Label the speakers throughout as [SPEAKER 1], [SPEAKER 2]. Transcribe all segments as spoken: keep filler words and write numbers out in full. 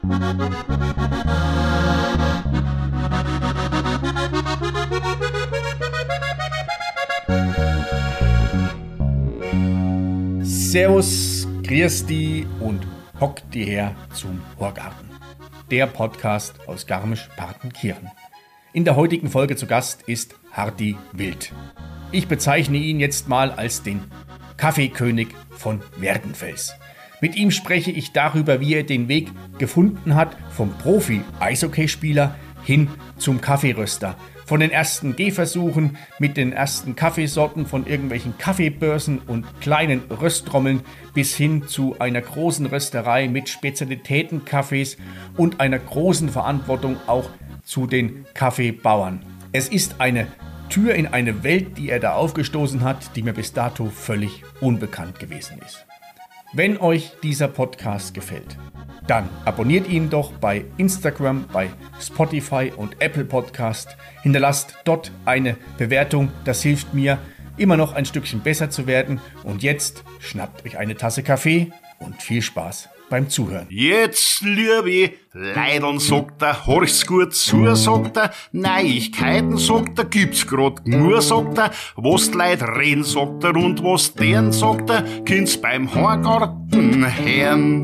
[SPEAKER 1] Servus, grüß die und hock die her zum Horgarten. Der Podcast aus Garmisch-Partenkirchen. In der heutigen Folge zu Gast ist Hardy Wild. Ich bezeichne ihn jetzt mal als den Kaffeekönig von Werdenfels. Mit ihm spreche ich darüber, wie er den Weg gefunden hat vom Profi-Eishockeyspieler hin zum Kaffeeröster. Von den ersten Gehversuchen mit den ersten Kaffeesorten von irgendwelchen Kaffeebörsen und kleinen Rösttrommeln bis hin zu einer großen Rösterei mit Spezialitätenkaffees und einer großen Verantwortung auch zu den Kaffeebauern. Es ist eine Tür in eine Welt, die er da aufgestoßen hat, die mir bis dato völlig unbekannt gewesen ist. Wenn euch dieser Podcast gefällt, dann abonniert ihn doch bei Instagram, bei Spotify und Apple Podcast. Hinterlasst dort eine Bewertung, das hilft mir, immer noch ein Stückchen besser zu werden. Und jetzt schnappt euch eine Tasse Kaffee und viel Spaß beim Zuhören.
[SPEAKER 2] Jetzt, liebe Leidl, sagt er, horch's gut zu, sagt er, Neuigkeiten, sagt er, gibt's grad nur, sagt er, was die Leute reden, sagt er, und was deren, sagt er, kind's beim Horgarten hören.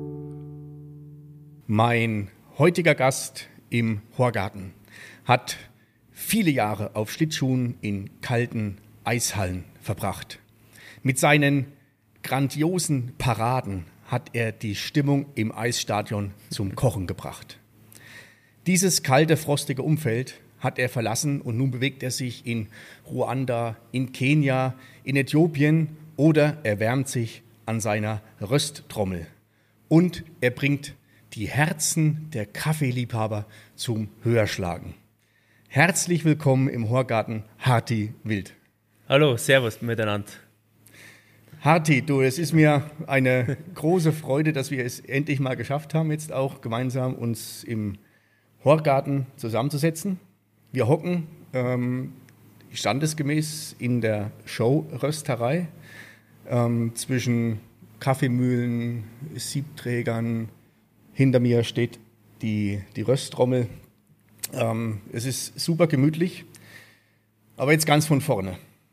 [SPEAKER 1] Mein heutiger Gast im Horgarten hat viele Jahre auf Schlittschuhen in kalten Eishallen verbracht. Mit seinen grandiosen Paraden hat er die Stimmung im Eisstadion zum Kochen gebracht. Dieses kalte, frostige Umfeld hat er verlassen und nun bewegt er sich in Ruanda, in Kenia, in Äthiopien oder er wärmt sich an seiner Rösttrommel. Und er bringt die Herzen der Kaffeeliebhaber zum Höherschlagen. Herzlich willkommen im Horgarten, Hardy Wild.
[SPEAKER 3] Hallo, servus miteinander.
[SPEAKER 1] Hardy, du, es ist mir eine große Freude, dass wir es endlich mal geschafft haben, jetzt auch gemeinsam uns im Horgarten zusammenzusetzen. Wir hocken ähm, standesgemäß in der Show-Rösterei ähm, zwischen Kaffeemühlen, Siebträgern. Hinter mir steht die, die Rösttrommel. Ähm, es ist super gemütlich, aber jetzt ganz von vorne.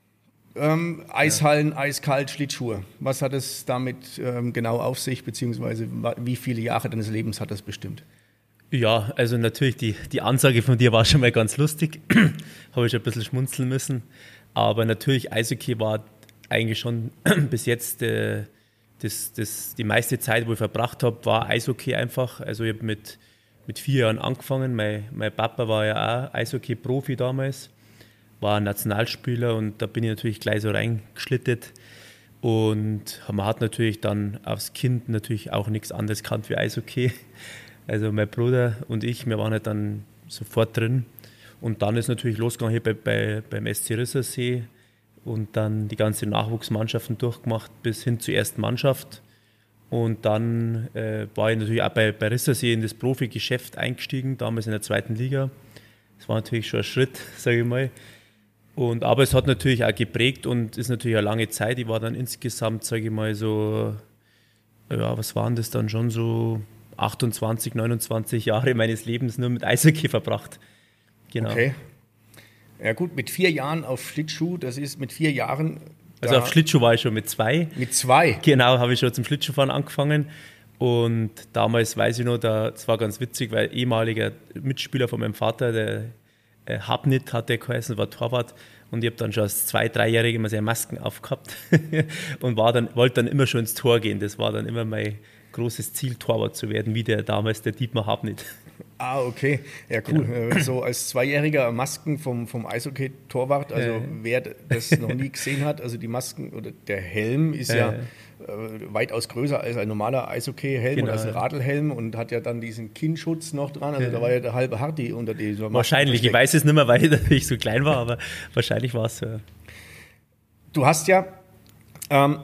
[SPEAKER 1] Ähm, Eishallen, ja. Eiskalt, Schlittschuhe. Was hat es damit ähm, genau auf sich, beziehungsweise wie viele Jahre deines Lebens hat das bestimmt?
[SPEAKER 3] Ja, also natürlich, die, die Ansage von dir war schon mal ganz lustig. Habe ich schon ein bisschen schmunzeln müssen. Aber natürlich, Eishockey war eigentlich schon bis jetzt äh, das, das, die meiste Zeit, wo ich verbracht habe, war Eishockey einfach. Also ich habe mit, mit vier Jahren angefangen. Mein, mein Papa war ja auch Eishockey-Profi damals. War Nationalspieler und da bin ich natürlich gleich so reingeschlittert und man hat natürlich dann aufs Kind natürlich auch nichts anderes gekannt wie Eishockey. Also mein Bruder und ich, wir waren halt dann sofort drin und dann ist natürlich losgegangen hier bei, bei, beim S C Rissersee und dann die ganze Nachwuchsmannschaften durchgemacht bis hin zur ersten Mannschaft und dann äh, war ich natürlich auch bei, bei Rissersee in das Profigeschäft eingestiegen, damals in der zweiten Liga. Das war natürlich schon ein Schritt, sage ich mal. Und, aber es hat natürlich auch geprägt und ist natürlich eine lange Zeit. Ich war dann insgesamt, sage ich mal, so, ja, was waren das dann schon so achtundzwanzig, neunundzwanzig Jahre meines Lebens nur mit Eishockey verbracht. Genau.
[SPEAKER 1] Okay. Ja gut, mit vier Jahren auf Schlittschuh, das ist mit vier Jahren...
[SPEAKER 3] Also auf Schlittschuh war ich schon mit zwei.
[SPEAKER 1] Mit zwei?
[SPEAKER 3] Genau, habe ich schon zum Schlittschuhfahren angefangen. Und damals weiß ich noch, das war ganz witzig, weil ehemaliger Mitspieler von meinem Vater, der äh, Habnit hat der geheißen, war Torwart und ich habe dann schon als Zwei-, Dreijährige immer seine Masken aufgehabt und war dann, wollte dann immer schon ins Tor gehen. Das war dann immer mein großes Ziel, Torwart zu werden, wie der damals der Dietmar Habnit.
[SPEAKER 1] Ah, okay. Ja, cool.
[SPEAKER 3] Genau.
[SPEAKER 1] So als Zweijähriger Masken vom, vom Eishockey-Torwart, also
[SPEAKER 3] äh.
[SPEAKER 1] wer das noch nie gesehen hat, also die Masken oder der Helm ist äh. ja äh, weitaus größer als ein normaler Eishockey-Helm genau. oder als ein Radlhelm und hat ja dann diesen Kinnschutz noch dran, also äh. da war ja der halbe Hardy unter dieser Maske.
[SPEAKER 3] Wahrscheinlich, ich weiß es nicht mehr, weil ich so klein war, aber wahrscheinlich war es so.
[SPEAKER 1] Du hast ja ähm,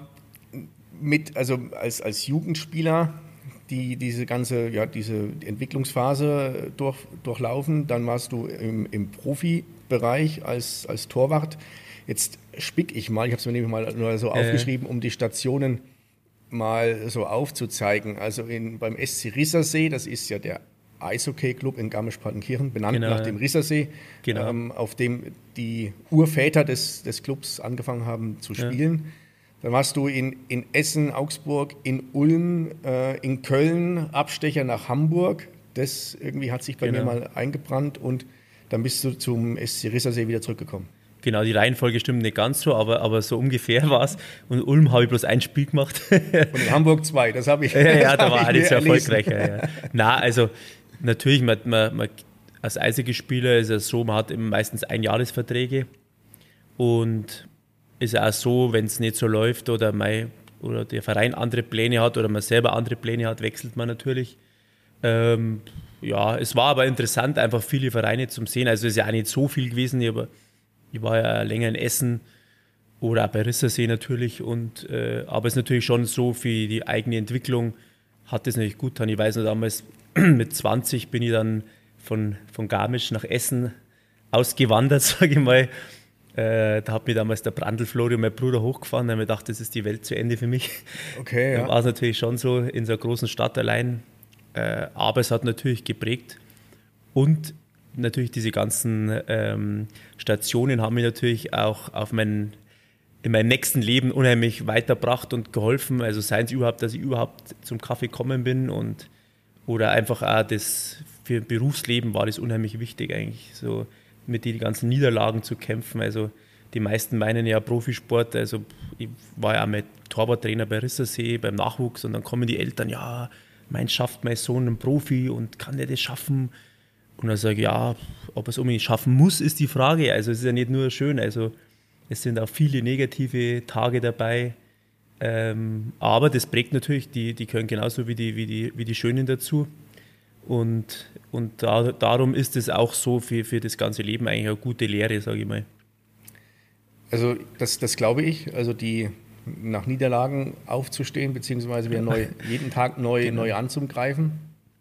[SPEAKER 1] mit, also als, als Jugendspieler die diese ganze, ja, diese Entwicklungsphase durch, durchlaufen. Dann warst du im, im Profibereich als, als Torwart. Jetzt spick ich mal, ich habe es mir nämlich mal nur so äh. aufgeschrieben, um die Stationen mal so aufzuzeigen. Also in, beim S C Rissersee, das ist ja der Eishockey-Club in Garmisch-Partenkirchen, benannt
[SPEAKER 3] Genau.
[SPEAKER 1] nach dem Rissersee,
[SPEAKER 3] Genau.
[SPEAKER 1] ähm, auf dem die Urväter des, des Clubs angefangen haben zu spielen. Ja. Dann warst du in, in Essen, Augsburg, in Ulm, äh, in Köln, Abstecher nach Hamburg. Das irgendwie hat sich bei genau. mir mal eingebrannt und dann bist du zum S C Rissersee wieder zurückgekommen.
[SPEAKER 3] Genau, die Reihenfolge stimmt nicht ganz so, aber, aber so ungefähr war es. Und in Ulm habe ich bloß ein Spiel gemacht.
[SPEAKER 1] Und in Hamburg zwei, das habe ich.
[SPEAKER 3] Ja, ja, da war auch nicht so erfolgreich. Ja, ja. Nein, also natürlich, man, man, man, als Eishockeyspieler ist es so, man hat meistens Einjahresverträge und ist auch so, wenn es nicht so läuft oder, mein, oder der Verein andere Pläne hat oder man selber andere Pläne hat, wechselt man natürlich. Ähm, ja, es war aber interessant, einfach viele Vereine zu sehen. Also es ist ja auch nicht so viel gewesen, aber ich war ja länger in Essen oder auch bei Rissersee natürlich. Und, äh, aber es ist natürlich schon so, für die eigene Entwicklung hat es natürlich gut getan. Ich weiß noch, damals mit zwanzig bin ich dann von, von Garmisch nach Essen ausgewandert, sage ich mal. Äh, da hat mich damals der Brandl Florian, mein Bruder, hochgefahren. Da habe ich gedacht, das ist die Welt zu Ende für mich.
[SPEAKER 1] Okay, ja.
[SPEAKER 3] Da war es natürlich schon so, in so einer großen Stadt allein. Äh, aber es hat natürlich geprägt. Und natürlich diese ganzen ähm, Stationen haben mich natürlich auch auf mein, in meinem nächsten Leben unheimlich weitergebracht und geholfen. Also seien es überhaupt, dass ich überhaupt zum Kaffee gekommen bin und oder einfach auch das für Berufsleben war das unheimlich wichtig eigentlich, so mit den ganzen Niederlagen zu kämpfen. Also die meisten meinen ja Profisport, also ich war ja auch mal Torwarttrainer bei Rissersee beim Nachwuchs und dann kommen die Eltern, ja, mein schafft mein Sohn einen Profi und kann der das schaffen? Und dann sage ich, ja, ob er es unbedingt schaffen muss, ist die Frage. Also es ist ja nicht nur schön, also es sind auch viele negative Tage dabei. Ähm, aber das prägt natürlich, die, die gehören genauso wie die, wie die, wie die Schönen dazu. Und, und da, darum ist es auch so für, für das ganze Leben eigentlich eine gute Lehre, sage ich mal.
[SPEAKER 1] Also das, das glaube ich, also die nach Niederlagen aufzustehen, beziehungsweise wieder neu, jeden Tag neu, genau. neu anzugreifen.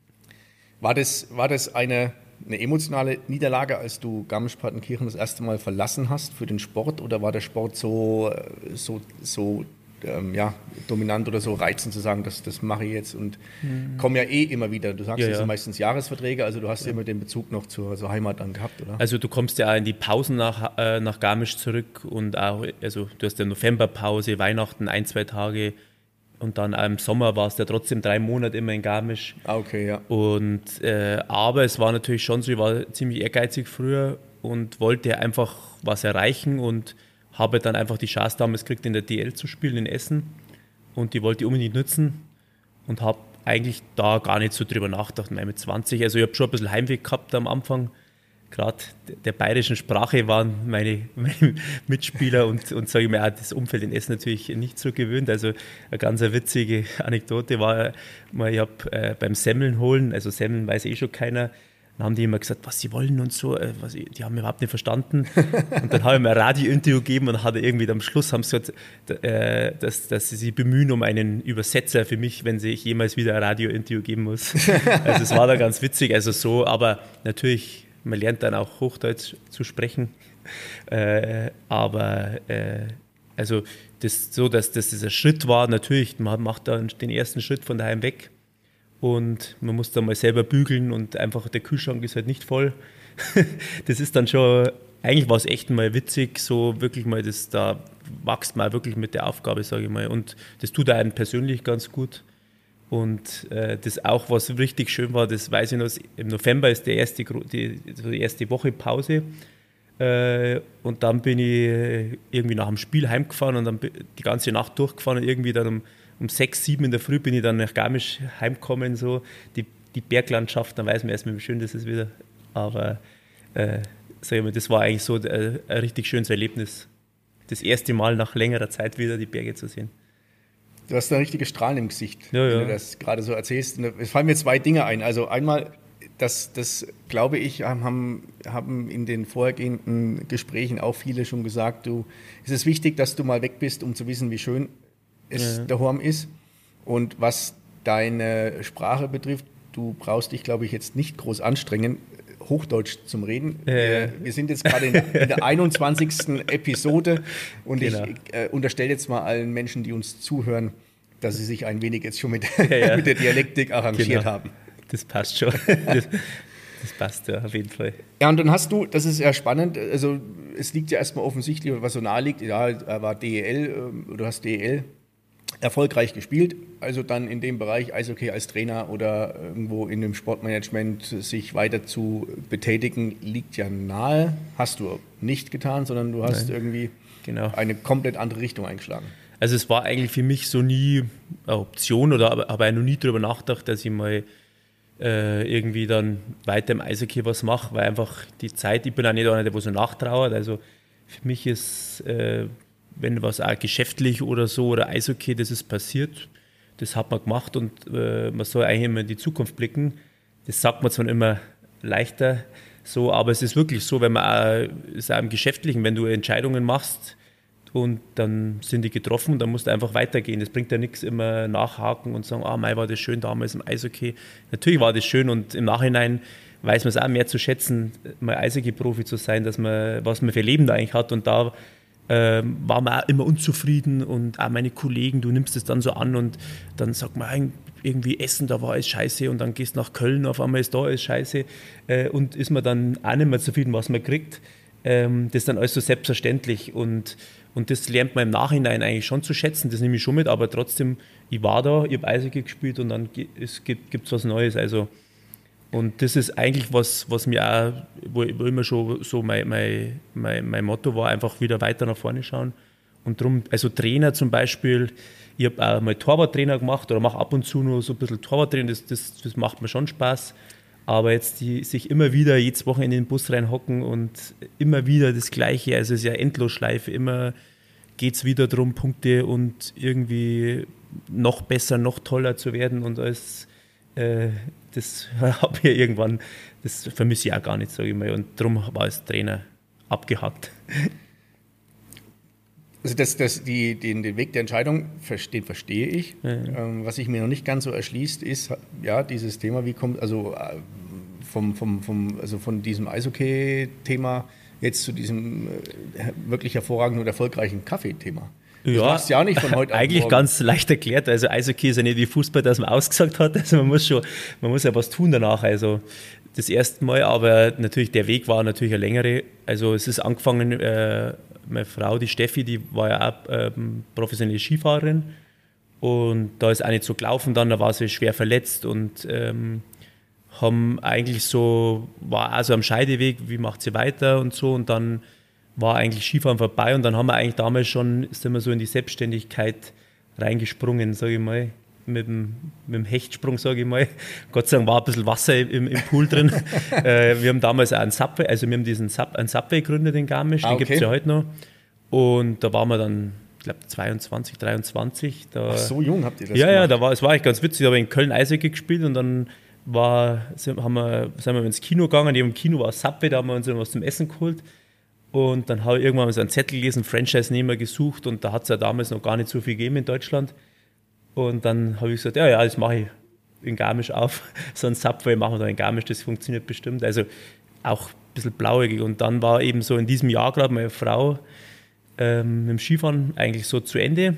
[SPEAKER 1] War das, war das eine, eine emotionale Niederlage, als du Garmisch-Partenkirchen das erste Mal verlassen hast für den Sport, oder war der Sport so, so, so ähm, ja, dominant oder so reizend zu sagen, das, das mache ich jetzt und mhm. komme ja eh immer wieder. Du sagst,
[SPEAKER 3] ja,
[SPEAKER 1] das
[SPEAKER 3] ja.
[SPEAKER 1] sind meistens Jahresverträge, also du hast ja immer den Bezug noch zur also Heimat dann gehabt, oder?
[SPEAKER 3] Also du kommst ja auch in die Pausen nach, äh, nach Garmisch zurück und auch, also du hast ja Novemberpause, Weihnachten, ein, zwei Tage und dann auch im Sommer warst du ja trotzdem drei Monate immer in Garmisch.
[SPEAKER 1] Ah, okay, ja.
[SPEAKER 3] Und, äh, aber es war natürlich schon so, ich war ziemlich ehrgeizig früher und wollte einfach was erreichen und habe dann einfach die Chance damals gekriegt, in der D L zu spielen in Essen und die wollte ich unbedingt nutzen und habe eigentlich da gar nicht so drüber nachgedacht, mit zwanzig. Also ich habe schon ein bisschen Heimweh gehabt am Anfang, gerade der bayerischen Sprache waren meine, meine Mitspieler und, und sage ich mal, auch das Umfeld in Essen natürlich nicht so gewöhnt. Also eine ganz witzige Anekdote war, ich habe äh, beim Semmeln holen, also Semmeln weiß eh schon keiner, dann haben die immer gesagt, was sie wollen und so, äh, was, die haben mich überhaupt nicht verstanden. Und dann habe ich mir ein Radiointerview gegeben und hatte irgendwie am Schluss haben sie gesagt, äh, dass, dass sie sich bemühen um einen Übersetzer für mich, wenn ich jemals wieder ein Radiointerview geben muss. Also es war da ganz witzig, also so, aber natürlich, man lernt dann auch Hochdeutsch zu sprechen, äh, aber äh, also das so, dass das dieser Schritt war, natürlich, man macht dann den ersten Schritt von daheim weg und man muss dann mal selber bügeln und einfach der Kühlschrank ist halt nicht voll. Das ist dann schon, eigentlich war es echt mal witzig, so wirklich mal, das, da wächst man wirklich mit der Aufgabe, sage ich mal, und das tut einem persönlich ganz gut. Und äh, das auch, was richtig schön war, das weiß ich noch, im November ist die erste, die, die erste Woche Pause äh, und dann bin ich irgendwie nach dem Spiel heimgefahren und dann die ganze Nacht durchgefahren und irgendwie dann um, um sechs, sieben in der Früh bin ich dann nach Garmisch heimgekommen, so die, die Berglandschaft, dann weiß man erstmal, wie schön das ist wieder, aber äh, sag ich mal, das war eigentlich so ein, ein richtig schönes Erlebnis, das erste Mal nach längerer Zeit wieder die Berge zu sehen.
[SPEAKER 1] Du hast da richtige Strahlen im Gesicht,
[SPEAKER 3] ja,
[SPEAKER 1] wenn
[SPEAKER 3] ja.
[SPEAKER 1] du das gerade so erzählst. Es fallen mir zwei Dinge ein. Also einmal, das, das glaube ich, haben, haben in den vorhergehenden Gesprächen auch viele schon gesagt, du, es ist wichtig, dass du mal weg bist, um zu wissen, wie schön es ja. daheim ist. Und was deine Sprache betrifft, du brauchst dich, glaube ich, jetzt nicht groß anstrengen, Hochdeutsch zum Reden.
[SPEAKER 3] Ja.
[SPEAKER 1] Wir, wir sind jetzt gerade in, in der einundzwanzigsten Episode und genau. ich äh, unterstelle jetzt mal allen Menschen, die uns zuhören, dass Sie sich ein wenig jetzt schon mit,
[SPEAKER 3] ja, ja.
[SPEAKER 1] mit der Dialektik arrangiert
[SPEAKER 3] genau.
[SPEAKER 1] haben.
[SPEAKER 3] Das passt schon. Das, das passt ja auf jeden Fall.
[SPEAKER 1] Ja, und dann hast du, das ist ja spannend, also es liegt ja erstmal offensichtlich, was so nahe liegt, ja, er war D E L, du hast D E L erfolgreich gespielt, also dann in dem Bereich Eishockey als Trainer oder irgendwo in dem Sportmanagement sich weiter zu betätigen, liegt ja nahe. Hast du nicht getan, sondern du hast Nein. irgendwie genau. eine komplett andere Richtung eingeschlagen.
[SPEAKER 3] Also es war eigentlich für mich so nie eine Option oder aber, aber ich noch nie darüber nachgedacht, dass ich mal äh, irgendwie dann weiter im Eishockey was mache, weil einfach die Zeit, ich bin auch nicht einer, der so nachtrauert, also für mich ist äh, wenn was auch geschäftlich oder so oder Eishockey, das ist passiert, das hat man gemacht und äh, man soll eigentlich immer in die Zukunft blicken. Das sagt man zwar immer leichter so, aber es ist wirklich so, wenn man auch, ist auch im Geschäftlichen, wenn du Entscheidungen machst und dann sind die getroffen, dann musst du einfach weitergehen. Das bringt ja nichts, immer nachhaken und sagen, ah, mei, war das schön damals im Eishockey. Natürlich war das schön und im Nachhinein weiß man es auch mehr zu schätzen, mal Eishockey-Profi zu sein, dass man, was man für Leben da eigentlich hat und da Ähm, war man auch immer unzufrieden und auch meine Kollegen, du nimmst es dann so an und dann sagt man irgendwie Essen, da war alles scheiße und dann gehst du nach Köln, auf einmal ist da alles scheiße äh, und ist man dann auch nicht mehr zufrieden, was man kriegt. Ähm, das ist dann alles so selbstverständlich und, und das lernt man im Nachhinein eigentlich schon zu schätzen, das nehme ich schon mit, aber trotzdem, ich war da, ich habe Eishockey gespielt und dann es gibt es was Neues, also und das ist eigentlich was, was mir auch, wo, wo immer schon so mein, mein, mein, mein Motto war, einfach wieder weiter nach vorne schauen. Und darum, also Trainer zum Beispiel, ich habe auch mal Torwarttrainer gemacht oder mache ab und zu nur so ein bisschen Torwarttrainer, das, das, das macht mir schon Spaß. Aber jetzt die, sich immer wieder jedes Woche in den Bus reinhocken und immer wieder das Gleiche, also es ist ja Endlosschleife, immer geht es wieder darum, Punkte und irgendwie noch besser, noch toller zu werden und alles. Äh, das habe ich irgendwann, das vermisse ich auch gar nicht, sage ich mal. Und darum war ich als Trainer abgehakt.
[SPEAKER 1] Also das, das, die, den, den Weg der Entscheidung, den verstehe ich. Ja. Ähm, was sich mir noch nicht ganz so erschließt, ist ja dieses Thema, wie kommt, also vom, vom, vom, also von diesem Eishockey-Thema jetzt zu diesem äh, wirklich hervorragenden und erfolgreichen Kaffee-Thema. Das
[SPEAKER 3] ja,
[SPEAKER 1] machst du ja auch nicht von heute
[SPEAKER 3] eigentlich
[SPEAKER 1] morgen.
[SPEAKER 3] Ganz leicht erklärt. Also Eishockey ist ja nicht wie Fußball, dass man ausgesagt hat. Also man muss schon, man muss ja was tun danach. Also das erste Mal, aber natürlich der Weg war natürlich eine längere. Also es ist angefangen, äh, meine Frau, die Steffi, die war ja auch ähm, professionelle Skifahrerin und da ist auch nicht so gelaufen dann, da war sie schwer verletzt und ähm, haben eigentlich so, war also am Scheideweg, wie macht sie weiter und so und dann war eigentlich Skifahren vorbei und dann haben wir eigentlich damals schon, sind wir so in die Selbstständigkeit reingesprungen, sage ich mal, mit dem, mit dem Hechtsprung, sage ich mal. Gott sei Dank war ein bisschen Wasser im, im Pool drin. äh, wir haben damals auch einen Subway, also wir haben diesen Sub, einen Subway gegründet in Garmisch, ah, okay. Den gibt es ja heute noch. Und da waren wir dann, ich glaube zweiundzwanzig, dreiundzwanzig. Da,
[SPEAKER 1] Ach, so jung habt ihr das
[SPEAKER 3] ja,
[SPEAKER 1] gemacht?
[SPEAKER 3] Ja, da war, es war eigentlich ganz witzig, da habe ich in Köln Eishockey gespielt und dann war, sind, haben wir, sind wir ins Kino gegangen, im Kino war Subway, da haben wir uns dann was zum Essen geholt. Und dann habe ich irgendwann mal so einen Zettel gelesen, Franchise-Nehmer gesucht und da hat es ja damals noch gar nicht so viel gegeben in Deutschland. Und dann habe ich gesagt, ja, ja, das mache ich in Garmisch auf. So ein Subway machen wir da in Garmisch, das funktioniert bestimmt. Also auch ein bisschen blauäugig. Und dann war eben so in diesem Jahr gerade meine Frau ähm, mit dem Skifahren eigentlich so zu Ende.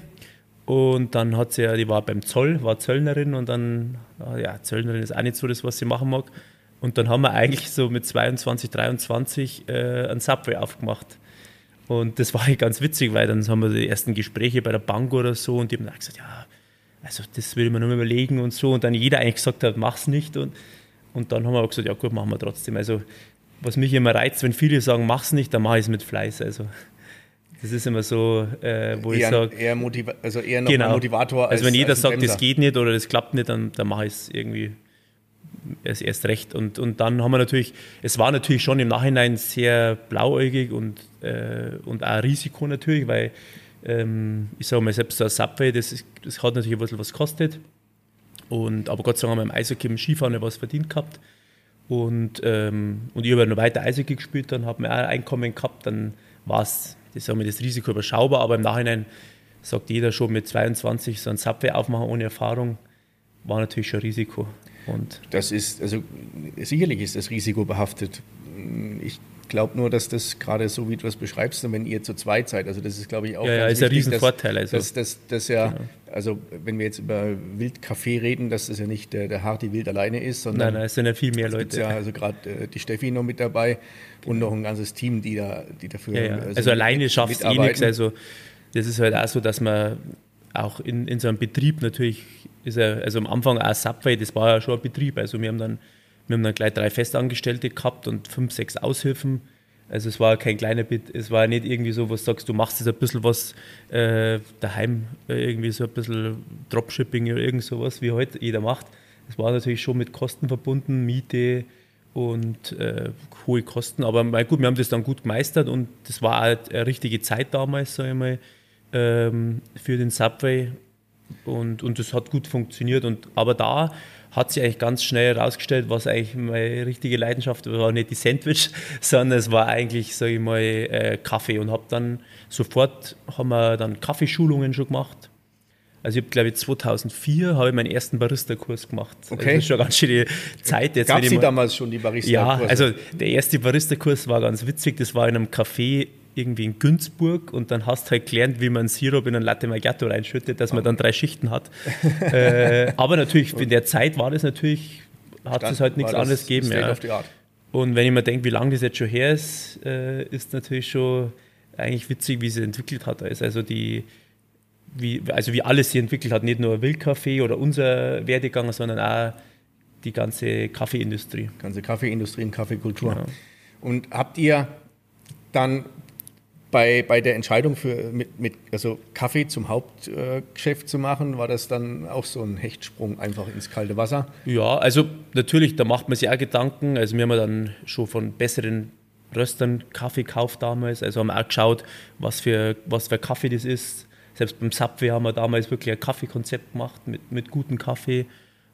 [SPEAKER 3] Und dann hat sie ja, die war beim Zoll, war Zöllnerin und dann, ja, Zöllnerin ist auch nicht so das, was sie machen mag. Und dann haben wir eigentlich so mit zweiundzwanzig, dreiundzwanzig äh, ein Subway aufgemacht. Und das war eigentlich ganz witzig, weil dann haben wir die ersten Gespräche bei der Bank oder so und die haben dann gesagt, ja, also das will ich mir noch mal überlegen und so. Und dann jeder eigentlich gesagt hat, mach's nicht. Und, und dann haben wir auch gesagt, ja gut, machen wir trotzdem. Also was mich immer reizt, wenn viele sagen, mach's nicht, dann mache ich es mit Fleiß. Also das ist immer so, äh, wo
[SPEAKER 1] eher,
[SPEAKER 3] ich sage...
[SPEAKER 1] Eher, Motiva- also eher noch
[SPEAKER 3] genau.
[SPEAKER 1] ein Motivator als
[SPEAKER 3] Also wenn jeder
[SPEAKER 1] als
[SPEAKER 3] sagt, das geht nicht oder das klappt nicht, dann, dann mache ich es irgendwie erst, erst recht. Und, und dann haben wir natürlich, es war natürlich schon im Nachhinein sehr blauäugig und, äh, und auch ein Risiko natürlich, weil ähm, ich sage mal, selbst das Subway, das, ist, das hat natürlich ein bisschen was gekostet. Und, aber Gott sei Dank haben wir im Eishockey, im Skifahren was verdient gehabt. Und, ähm, und ich habe noch weiter Eishockey gespielt, dann habe ich auch ein Einkommen gehabt, dann war es, das, sagen wir, das Risiko überschaubar, aber im Nachhinein sagt jeder schon mit zweiundzwanzig so ein Subway aufmachen ohne Erfahrung, war natürlich schon ein Risiko. Und
[SPEAKER 1] das ist, also sicherlich ist das Risiko behaftet. Ich glaube nur, dass das gerade so, wie du das beschreibst, wenn ihr zu zweit seid, also das ist, glaube ich, auch
[SPEAKER 3] ja,
[SPEAKER 1] ganz
[SPEAKER 3] ja, ist
[SPEAKER 1] wichtig,
[SPEAKER 3] ein Riesenvorteil.
[SPEAKER 1] Dass,
[SPEAKER 3] also.
[SPEAKER 1] dass, dass, dass ja,
[SPEAKER 3] Genau.
[SPEAKER 1] also wenn wir jetzt über Wildkaffee reden, dass das ja nicht der, der Hardy Wild alleine ist, sondern
[SPEAKER 3] nein, nein, es sind ja viel mehr
[SPEAKER 1] es gibt
[SPEAKER 3] Leute.
[SPEAKER 1] ja also gerade äh, die Steffi noch mit dabei und noch ein ganzes Team, die da, die dafür.
[SPEAKER 3] Ja, ja.
[SPEAKER 1] Also,
[SPEAKER 3] also alleine schafft es eh
[SPEAKER 1] mitarbeiten.
[SPEAKER 3] nichts. Also das ist halt auch so, dass man auch in, in so einem Betrieb natürlich ist ja, also am Anfang auch Subway, das war ja schon ein Betrieb. Also wir haben dann, wir haben dann gleich drei Festangestellte gehabt und fünf, sechs Aushilfen. Also es war kein kleiner Bit, es war nicht irgendwie so, was du sagst, du machst jetzt ein bisschen was äh, daheim, äh, irgendwie so ein bisschen Dropshipping oder irgend sowas, wie heute jeder macht. Es war natürlich schon mit Kosten verbunden, Miete und äh, hohe Kosten, aber mein, gut, wir haben das dann gut gemeistert und das war halt eine richtige Zeit damals, sage ich mal, ähm, für den Subway und, und das hat gut funktioniert. Und, aber da hat sich eigentlich ganz schnell herausgestellt, was eigentlich meine richtige Leidenschaft war, nicht die Sandwich, sondern es war eigentlich, sage ich mal, äh, Kaffee und habe dann sofort, haben wir dann Kaffeeschulungen schon gemacht. Also ich habe, glaube ich, zweitausendvier habe ich meinen ersten Barista-Kurs gemacht.
[SPEAKER 1] Okay.
[SPEAKER 3] Also das ist schon eine ganz schöne Zeit. Jetzt,
[SPEAKER 1] Gab
[SPEAKER 3] wenn ich
[SPEAKER 1] sie
[SPEAKER 3] mal-
[SPEAKER 1] damals schon die Barista-Kurse?
[SPEAKER 3] Ja, also der erste Barista-Kurs war ganz witzig. Das war in einem Café irgendwie in Günzburg und dann hast du halt gelernt, wie man Sirup in ein Latte Macchiato reinschüttet, dass man dann drei Schichten hat. äh, aber natürlich, in der Zeit war das natürlich, hat es halt nichts
[SPEAKER 1] war das
[SPEAKER 3] anderes gegeben.
[SPEAKER 1] State
[SPEAKER 3] Ja.
[SPEAKER 1] of the Art.
[SPEAKER 3] Und wenn ich mir denke, wie lange das jetzt schon her ist, äh, ist natürlich schon eigentlich witzig, wie sie entwickelt hat. Also die, wie, also wie alles sie entwickelt hat, nicht nur Wildkaffee oder unser Werdegang, sondern auch die ganze Kaffeeindustrie.
[SPEAKER 1] Ganze Kaffeeindustrie und Kaffeekultur.
[SPEAKER 3] Ja.
[SPEAKER 1] Und habt ihr dann bei, bei der Entscheidung für mit, mit also Kaffee zum Hauptgeschäft äh, zu machen, war das dann auch so ein Hechtsprung einfach ins kalte Wasser?
[SPEAKER 3] Ja, also natürlich, da macht man sich auch Gedanken. Also wir haben ja dann schon von besseren Röstern Kaffee gekauft damals. Also haben wir auch geschaut, was für, was für Kaffee das ist. Selbst beim Subway haben wir damals wirklich ein Kaffeekonzept gemacht mit, mit gutem Kaffee.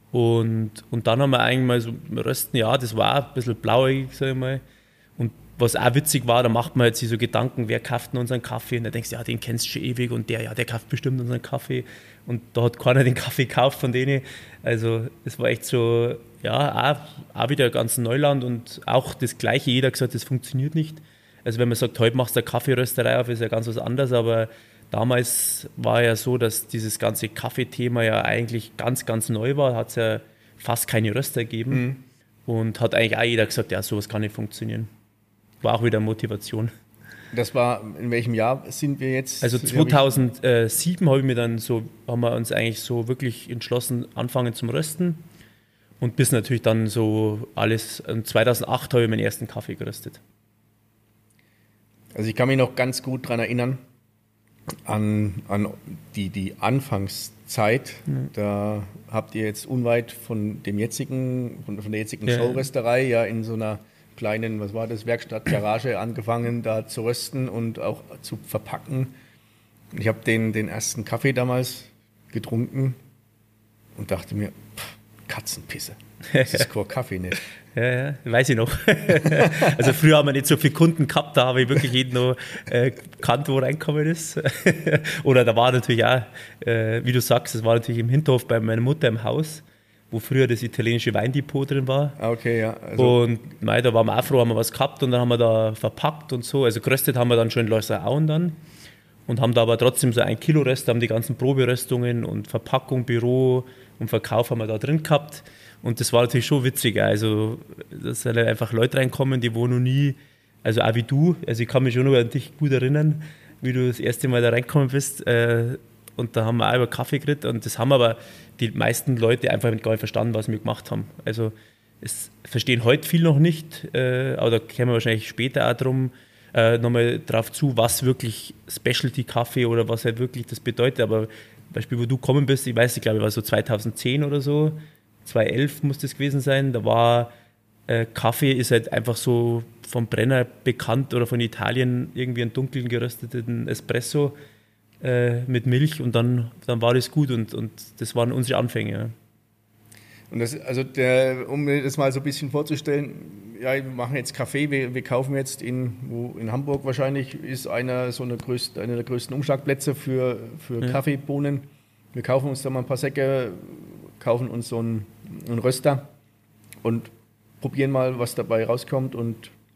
[SPEAKER 3] Und, und dann haben wir eigentlich mal so Rösten, ja, das war auch ein bisschen blauäugig, sag ich mal. Und was auch witzig war, da macht man jetzt sich so Gedanken, wer kauft denn unseren Kaffee? Und da denkst du, ja, den kennst du schon ewig und der, ja, der kauft bestimmt unseren Kaffee. Und da hat keiner den Kaffee gekauft von denen. Also es war echt so, ja, auch, auch wieder ganz Neuland und auch das Gleiche. Jeder hat gesagt, das funktioniert nicht. Also wenn man sagt, heute machst du eine Kaffeerösterei auf, ist ja ganz was anderes, aber damals war ja so, dass dieses ganze Kaffeethema ja eigentlich ganz, ganz neu war. Hat es ja fast keine Röster gegeben. Mhm. Und hat eigentlich auch jeder gesagt, ja, sowas kann nicht funktionieren. War auch wieder Motivation.
[SPEAKER 1] Das war, in welchem Jahr sind wir jetzt?
[SPEAKER 3] Also zweitausendsieben habe ich mir dann so, haben wir uns eigentlich so wirklich entschlossen, anfangen zum Rösten. Und bis natürlich dann so alles, zweitausendacht habe ich meinen ersten Kaffee geröstet.
[SPEAKER 1] Also ich kann mich noch ganz gut daran erinnern, an, an die, die Anfangszeit. Mhm. Da habt ihr jetzt unweit von dem jetzigen, von, von der jetzigen ja. Showrösterei ja in so einer kleinen, was war das, Werkstatt, Garage angefangen, da zu rösten und auch zu verpacken. Ich habe den, den ersten Kaffee damals getrunken und dachte mir, pff, Katzenpisse. Das ist kein Kaffee nicht.
[SPEAKER 3] Ja, ja, weiß ich noch. Also früher haben wir nicht so viele Kunden gehabt, da habe ich wirklich jeden noch äh, gekannt, wo reingekommen ist. Oder da war natürlich auch, äh, wie du sagst, das war natürlich im Hinterhof bei meiner Mutter im Haus, wo früher das italienische Weindepot drin war.
[SPEAKER 1] Okay, ja. Also
[SPEAKER 3] und mei, da waren wir auch froh, haben wir was gehabt und dann haben wir da verpackt und so. Also geröstet haben wir dann schon in Loiserauen dann und haben da aber trotzdem so ein Kilo Röst, haben die ganzen Proberöstungen und Verpackung, Büro und Verkauf haben wir da drin gehabt. Und das war natürlich schon witzig. Also, dass halt einfach Leute reinkommen, die wo noch nie, also auch wie du, also ich kann mich schon noch an dich gut erinnern, wie du das erste Mal da reingekommen bist. Und da haben wir auch über Kaffee geredet und das haben aber die meisten Leute einfach gar nicht verstanden, was wir gemacht haben. Also, es verstehen heute viel noch nicht, aber da kommen wir wahrscheinlich später auch drum, nochmal drauf zu, was wirklich Specialty-Kaffee oder was halt wirklich das bedeutet. Aber Beispiel, wo du gekommen bist, ich weiß nicht, glaube ich, war so zweitausendzehn oder so, zweitausendelf muss das gewesen sein, da war äh, Kaffee ist halt einfach so vom Brenner bekannt oder von Italien irgendwie einen dunkeln gerösteten Espresso äh, mit Milch und dann, dann war das gut und, und das waren unsere Anfänge. Ja.
[SPEAKER 1] Und das, also der, um mir das mal so ein bisschen vorzustellen, ja, wir machen jetzt Kaffee, wir, wir kaufen jetzt in, wo, in Hamburg wahrscheinlich ist einer, so eine größte, einer der größten Umschlagplätze für, für ja. Kaffeebohnen. Wir kaufen uns da mal ein paar Säcke, kaufen uns so einen, einen Röster und probieren mal, was dabei rauskommt und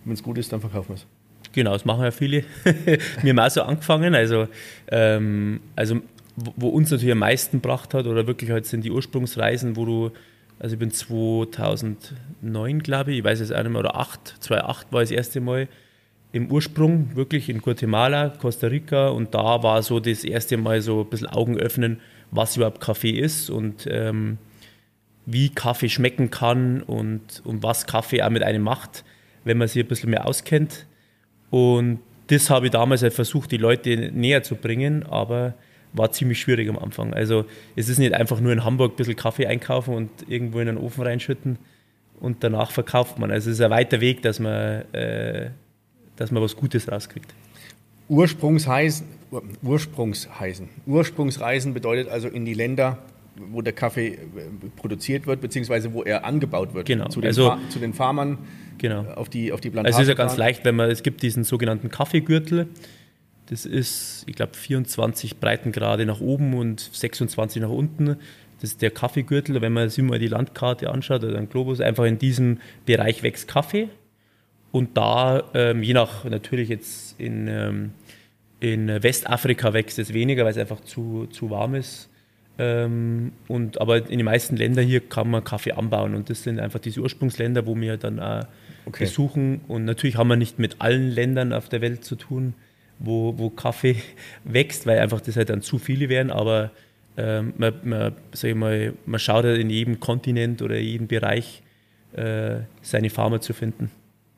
[SPEAKER 1] wenn es gut ist, dann verkaufen wir es.
[SPEAKER 3] Genau, das machen ja viele. Wir haben auch so angefangen. Also, ähm, also wo, wo uns natürlich am meisten gebracht hat, oder wirklich halt sind die Ursprungsreisen, wo du, also ich bin zweitausendneun, glaube ich, ich weiß es auch nicht mehr, oder acht, zweitausendacht war das erste Mal im Ursprung, wirklich in Guatemala, Costa Rica, und da war so das erste Mal so ein bisschen Augen öffnen, was überhaupt Kaffee ist und ähm, wie Kaffee schmecken kann und, und was Kaffee auch mit einem macht, wenn man sich ein bisschen mehr auskennt. Und das habe ich damals halt versucht, die Leute näher zu bringen, aber war ziemlich schwierig am Anfang. Also es ist nicht einfach nur in Hamburg ein bisschen Kaffee einkaufen und irgendwo in den Ofen reinschütten und danach verkauft man. Also es ist ein weiter Weg, dass man, äh, dass man was Gutes rauskriegt.
[SPEAKER 1] Ursprungsreisen, Ursprungsreisen. Ursprungsreisen bedeutet also in die Länder, wo der Kaffee produziert wird, beziehungsweise wo er angebaut wird.
[SPEAKER 3] Genau.
[SPEAKER 1] Zu den,
[SPEAKER 3] also,
[SPEAKER 1] Fa- zu den Farmern,
[SPEAKER 3] genau.
[SPEAKER 1] auf die, auf die Plantage.
[SPEAKER 3] Also es ist ja ganz leicht, wenn man, es gibt diesen sogenannten Kaffeegürtel. Das ist, ich glaube, vierundzwanzig Breitengrade nach oben und sechsundzwanzig nach unten. Das ist der Kaffeegürtel. Wenn man sich mal die Landkarte anschaut oder einen Globus, einfach in diesem Bereich wächst Kaffee. Und da, ähm, je nach, natürlich jetzt in, ähm, in Westafrika wächst es weniger, weil es einfach zu, zu warm ist. Ähm, und, aber in den meisten Ländern hier kann man Kaffee anbauen. Und das sind einfach diese Ursprungsländer, wo wir dann auch okay. besuchen. Und natürlich haben wir nicht mit allen Ländern auf der Welt zu tun, wo, wo Kaffee wächst, weil einfach das halt dann zu viele wären. Aber ähm, man, man, sag ich mal, man schaut halt in jedem Kontinent oder jedem Bereich äh, seine Farmer zu finden.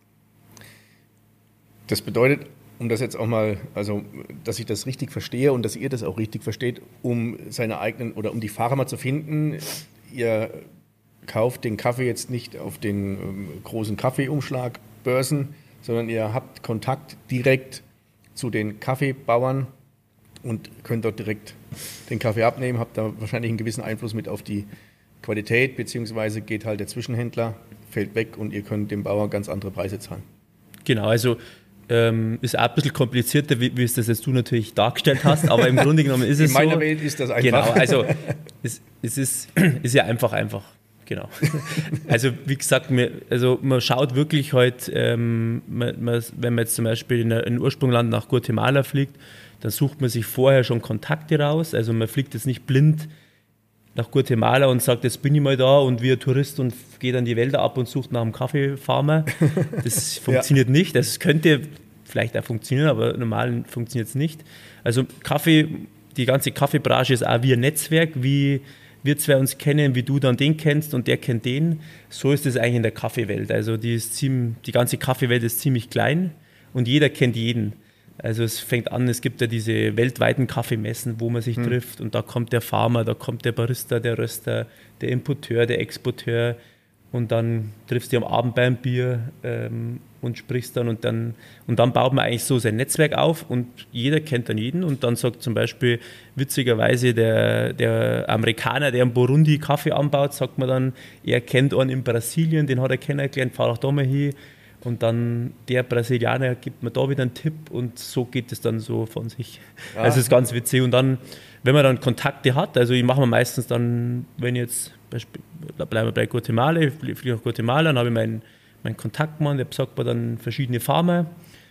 [SPEAKER 1] Das bedeutet, um das jetzt auch mal, also dass ich das richtig verstehe und dass ihr das auch richtig versteht, um seine eigenen oder um die Farmer zu finden, ihr kauft den Kaffee jetzt nicht auf den ähm, großen Kaffeeumschlagbörsen, sondern ihr habt Kontakt direkt zu den Kaffeebauern und könnt dort direkt den Kaffee abnehmen, habt da wahrscheinlich einen gewissen Einfluss mit auf die Qualität, beziehungsweise geht halt der Zwischenhändler, fällt weg und ihr könnt dem Bauer ganz andere Preise zahlen.
[SPEAKER 3] Genau, also Ähm, ist auch ein bisschen komplizierter, wie, wie es das jetzt du natürlich dargestellt hast, aber im Grunde genommen ist es so.
[SPEAKER 1] In meiner Welt ist das einfach.
[SPEAKER 3] Genau, also es, es ist, ist ja einfach, einfach, genau. Also wie gesagt, mir, also man schaut wirklich halt, ähm, man, man, wenn man jetzt zum Beispiel in ein Ursprungsland nach Guatemala fliegt, dann sucht man sich vorher schon Kontakte raus, also man fliegt jetzt nicht blind nach Guatemala und sagt, jetzt bin ich mal da und wie ein Tourist und geht dann die Wälder ab und sucht nach einem Kaffeefarmer. Das funktioniert ja. nicht. Das könnte vielleicht auch funktionieren, aber normal funktioniert es nicht. Also Kaffee, die ganze Kaffeebranche ist auch wie ein Netzwerk, wie wir zwei uns kennen, wie du dann den kennst und der kennt den. So ist es eigentlich in der Kaffeewelt. Also die, ist ziemlich, die ganze Kaffeewelt ist ziemlich klein und jeder kennt jeden. Also es fängt an, es gibt ja diese weltweiten Kaffeemessen, wo man sich hm. trifft und da kommt der Farmer, da kommt der Barista, der Röster, der Importeur, der Exporteur und dann triffst du am Abend beim Bier ähm, und sprichst dann und dann und dann baut man eigentlich so sein Netzwerk auf und jeder kennt dann jeden und dann sagt zum Beispiel witzigerweise der, der Amerikaner, der in Burundi Kaffee anbaut, sagt man dann, er kennt einen in Brasilien, den hat er kennengelernt, fahr doch da mal hin. Und dann der Brasilianer gibt mir da wieder einen Tipp und so geht es dann so von sich. Ja. Also das ist ganz witzig. Und dann, wenn man dann Kontakte hat, also ich mache mir meistens dann, wenn ich jetzt, bleiben wir bei Guatemala, ich fliege nach Guatemala, dann habe ich meinen, meinen Kontaktmann, der sagt mir dann verschiedene Farmer,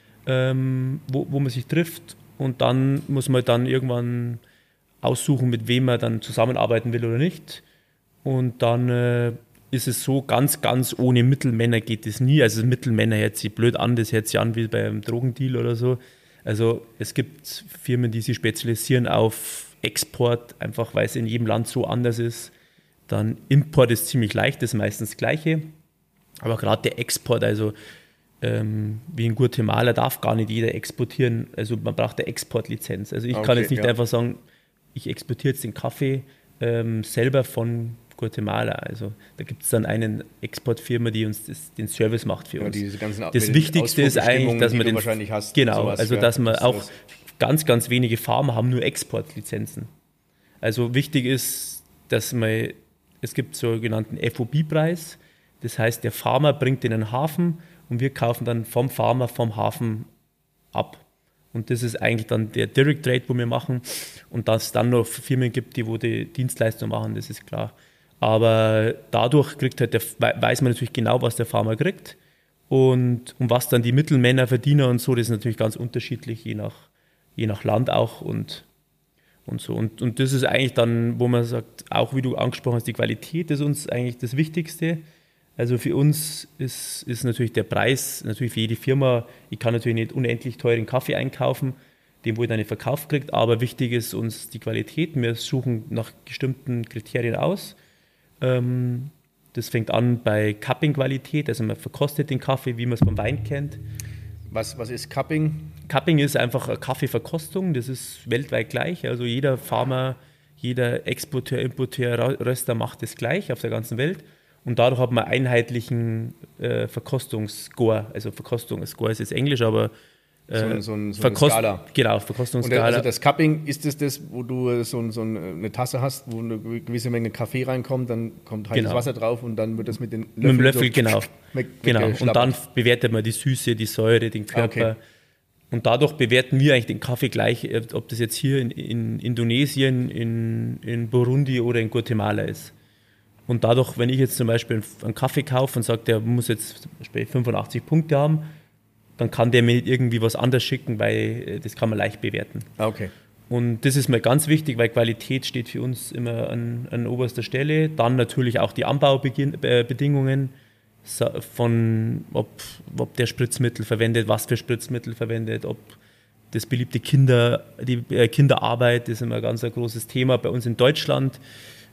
[SPEAKER 3] ähm, wo, wo man sich trifft und dann muss man dann irgendwann aussuchen, mit wem man dann zusammenarbeiten will oder nicht. Und dann äh, ist es so, ganz, ganz ohne Mittelmänner geht es nie. Also Mittelmänner hört sich blöd an, das hört sich an wie beim Drogendeal oder so. Also es gibt Firmen, die sich spezialisieren auf Export, einfach weil es in jedem Land so anders ist. Dann Import ist ziemlich leicht, das ist meistens das Gleiche. Aber gerade der Export, also ähm, wie in Guatemala darf gar nicht jeder exportieren. Also man braucht eine Exportlizenz. Also ich okay, kann jetzt nicht ja. einfach sagen, ich exportiere jetzt den Kaffee ähm, selber von Guatemala. Also da gibt es dann eine Exportfirma, die uns das, den Service macht für uns. Ja, diese ganzen das Wichtigste ist eigentlich, dass man den wahrscheinlich hast, genau, sowas, also ja, dass man auch das. ganz, ganz wenige Farmer haben nur Exportlizenzen. Also wichtig ist, dass man, es gibt sogenannten F O B-Preis, das heißt, der Farmer bringt in den Hafen und wir kaufen dann vom Farmer vom Hafen ab. Und das ist eigentlich dann der Direct Trade, wo wir machen. Und dass es dann noch Firmen gibt, die wo die Dienstleistung machen, das ist klar. Aber dadurch kriegt halt der, weiß man natürlich genau, was der Farmer kriegt. Und, und was dann die Mittelmänner, Verdiener und so, das ist natürlich ganz unterschiedlich, je nach, je nach Land auch und, und so. Und, und das ist eigentlich dann, wo man sagt, auch wie du angesprochen hast, die Qualität ist uns eigentlich das Wichtigste. Also für uns ist, ist natürlich der Preis, natürlich für jede Firma, ich kann natürlich nicht unendlich teuren Kaffee einkaufen, den wo ich dann nicht verkauft kriegt, aber wichtig ist uns die Qualität. Wir suchen nach bestimmten Kriterien aus. Ähm, das fängt an bei Cupping-Qualität, also man verkostet den Kaffee, wie man es beim Wein kennt.
[SPEAKER 1] Was, was ist Cupping?
[SPEAKER 3] Cupping ist einfach eine Kaffeeverkostung, das ist weltweit gleich. Also jeder Farmer, jeder Exporteur, Importeur, Röster macht das gleich auf der ganzen Welt. Und dadurch hat man einen einheitlichen äh, Verkostungsscore. Also Verkostung, Score ist jetzt Englisch, aber
[SPEAKER 1] äh, so, ein, so, ein, so
[SPEAKER 3] Verkost-
[SPEAKER 1] eine Skala.
[SPEAKER 3] Genau, Verkostungsskala.
[SPEAKER 1] Und also das Cupping, ist das das, wo du so, so eine Tasse hast, wo eine gewisse Menge Kaffee reinkommt, dann kommt heißes
[SPEAKER 3] genau.
[SPEAKER 1] Wasser drauf und dann wird das mit den
[SPEAKER 3] Löffeln Mit dem Löffel,
[SPEAKER 1] so
[SPEAKER 3] genau.
[SPEAKER 1] Weg,
[SPEAKER 3] genau. Und dann bewertet man die Süße, die Säure, den Körper.
[SPEAKER 1] Okay.
[SPEAKER 3] Und dadurch bewerten wir eigentlich den Kaffee gleich, ob das jetzt hier in, in Indonesien, in, in Burundi oder in Guatemala ist. Und dadurch, wenn ich jetzt zum Beispiel einen Kaffee kaufe und sage, der muss jetzt zum Beispiel fünfundachtzig Punkte haben, dann kann der mir nicht irgendwie was anderes schicken, weil das kann man leicht bewerten.
[SPEAKER 1] Okay.
[SPEAKER 3] Und das ist mir ganz wichtig, weil Qualität steht für uns immer an, an oberster Stelle. Dann natürlich auch die Anbaubedingungen, von ob, ob der Spritzmittel verwendet, was für Spritzmittel verwendet, ob das beliebte Kinder, die äh, Kinderarbeit, das ist immer ein ganz ein großes Thema. Bei uns in Deutschland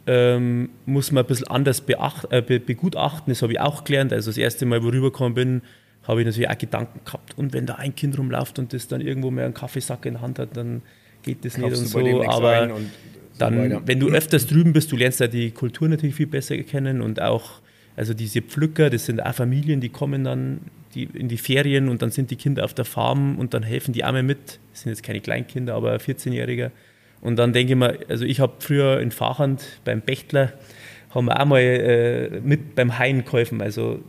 [SPEAKER 3] ähm, muss man ein bisschen anders beacht, äh, be, begutachten, das habe ich auch gelernt. Also das erste Mal, wo ich rübergekommen bin, habe ich natürlich auch Gedanken gehabt. Und wenn da ein Kind rumläuft und das dann irgendwo mehr einen Kaffeesack in der Hand hat, dann geht das
[SPEAKER 1] Kaufst
[SPEAKER 3] nicht und
[SPEAKER 1] du
[SPEAKER 3] so. Aber
[SPEAKER 1] und
[SPEAKER 3] dann,
[SPEAKER 1] so weiter.
[SPEAKER 3] wenn du öfters drüben bist, du lernst ja die Kultur natürlich viel besser kennen und auch, also diese Pflücker, das sind auch Familien, die kommen dann die, in die Ferien und dann sind die Kinder auf der Farm und dann helfen die einmal mit. Das sind jetzt keine Kleinkinder, aber ein vierzehnjähriger. Und dann denke ich mir, also ich habe früher in Fahrhand beim Bechtler, haben wir auch mal äh, mit beim Haien geholfen. Also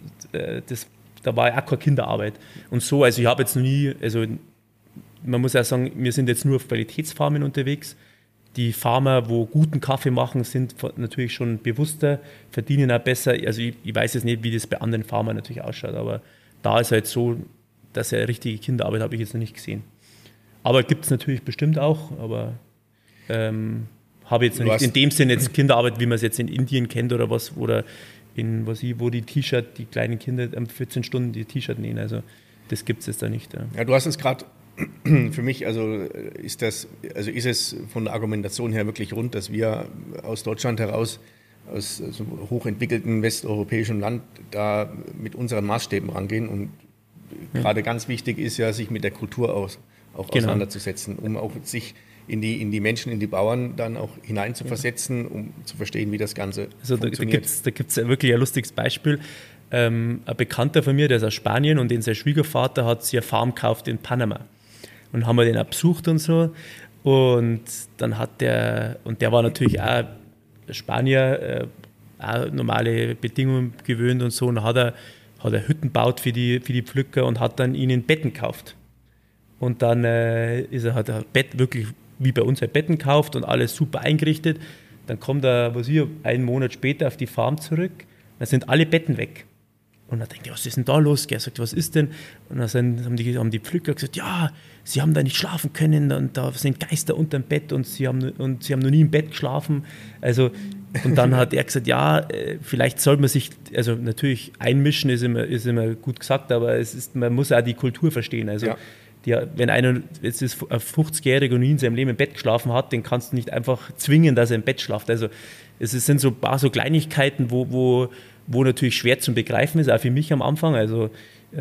[SPEAKER 3] äh, das, da war ja auch keine Kinderarbeit. Und so, also ich habe jetzt noch nie, also man muss ja sagen, wir sind jetzt nur auf Qualitätsfarmen unterwegs. Die Farmer, wo guten Kaffee machen, sind natürlich schon bewusster, verdienen auch besser. Also ich, ich weiß jetzt nicht, wie das bei anderen Farmern natürlich ausschaut, aber da ist halt so, dass eine richtige Kinderarbeit habe ich jetzt noch nicht gesehen. Aber gibt es natürlich bestimmt auch, aber ähm, habe jetzt noch nicht in dem Sinne jetzt Kinderarbeit, wie man es jetzt in Indien kennt oder was, oder in was ich, wo die T-Shirt, die kleinen Kinder vierzehn Stunden die T-Shirt nähen. Also das gibt es jetzt da nicht. Ja,
[SPEAKER 1] ja du hast es gerade. Für mich also ist, das, also ist es von der Argumentation her wirklich rund, dass wir aus Deutschland heraus, aus so einem hochentwickelten westeuropäischen Land, da mit unseren Maßstäben rangehen. Und ja. gerade ganz wichtig ist ja, sich mit der Kultur aus, auch genau. auseinanderzusetzen, um auch sich in die, in die Menschen, in die Bauern dann auch hineinzuversetzen, um zu verstehen, wie das Ganze also funktioniert.
[SPEAKER 3] Da gibt es ja wirklich ein lustiges Beispiel. Ähm, ein Bekannter von mir, der ist aus Spanien und den sein Schwiegervater hat sich eine Farm gekauft in Panama. Und haben wir den auch besucht und so. Und dann hat der, und der war natürlich auch Spanier, äh, auch normale Bedingungen gewöhnt und so. Und dann hat er, hat er Hütten gebaut für die, für die Pflücker und hat dann ihnen Betten gekauft. Und dann äh, ist er, hat er Bett wirklich wie bei uns ein Betten gekauft und alles super eingerichtet. Dann kommt er, was ich, einen Monat später auf die Farm zurück. Dann sind alle Betten weg. Und dann denkt er, was ist denn da los? Er sagt, was ist denn? Und dann haben die, haben die Pflücker gesagt, ja, sie haben da nicht schlafen können und da sind Geister unterm Bett und sie haben, und sie haben noch nie im Bett geschlafen. Also, und dann hat er gesagt, ja, vielleicht soll man sich, also natürlich einmischen ist immer, ist immer gut gesagt, aber es ist, man muss auch die Kultur verstehen. Also, ja. die, wenn einer jetzt ist ein fünfzigjähriger und nie in seinem Leben im Bett geschlafen hat, den kannst du nicht einfach zwingen, dass er im Bett schlaft. Also es sind so ein paar so Kleinigkeiten, wo, wo wo natürlich schwer zu begreifen ist, auch für mich am Anfang. Also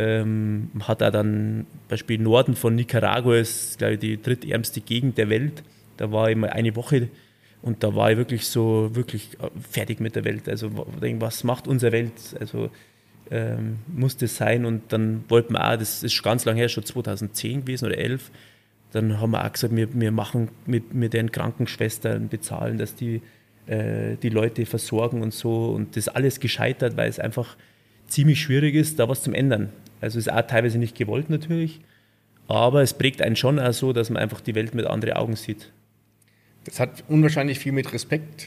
[SPEAKER 3] ähm, hat er dann, Beispiel Norden von Nicaragua ist, glaube ich, die drittärmste Gegend der Welt. Da war ich mal eine Woche und da war ich wirklich so, wirklich fertig mit der Welt. Also was macht unsere Welt? Also ähm, muss das sein? Und dann wollten wir auch, das ist ganz lange her, schon zweitausendzehn gewesen oder elf, dann haben wir auch gesagt, wir, wir machen mit, mit den Krankenschwestern bezahlen, dass die die Leute versorgen und so. Und das ist alles gescheitert, weil es einfach ziemlich schwierig ist, da was zu ändern. Also es ist auch teilweise nicht gewollt natürlich, aber es prägt einen schon auch so, dass man einfach die Welt mit anderen Augen sieht.
[SPEAKER 1] Das hat unwahrscheinlich viel mit Respekt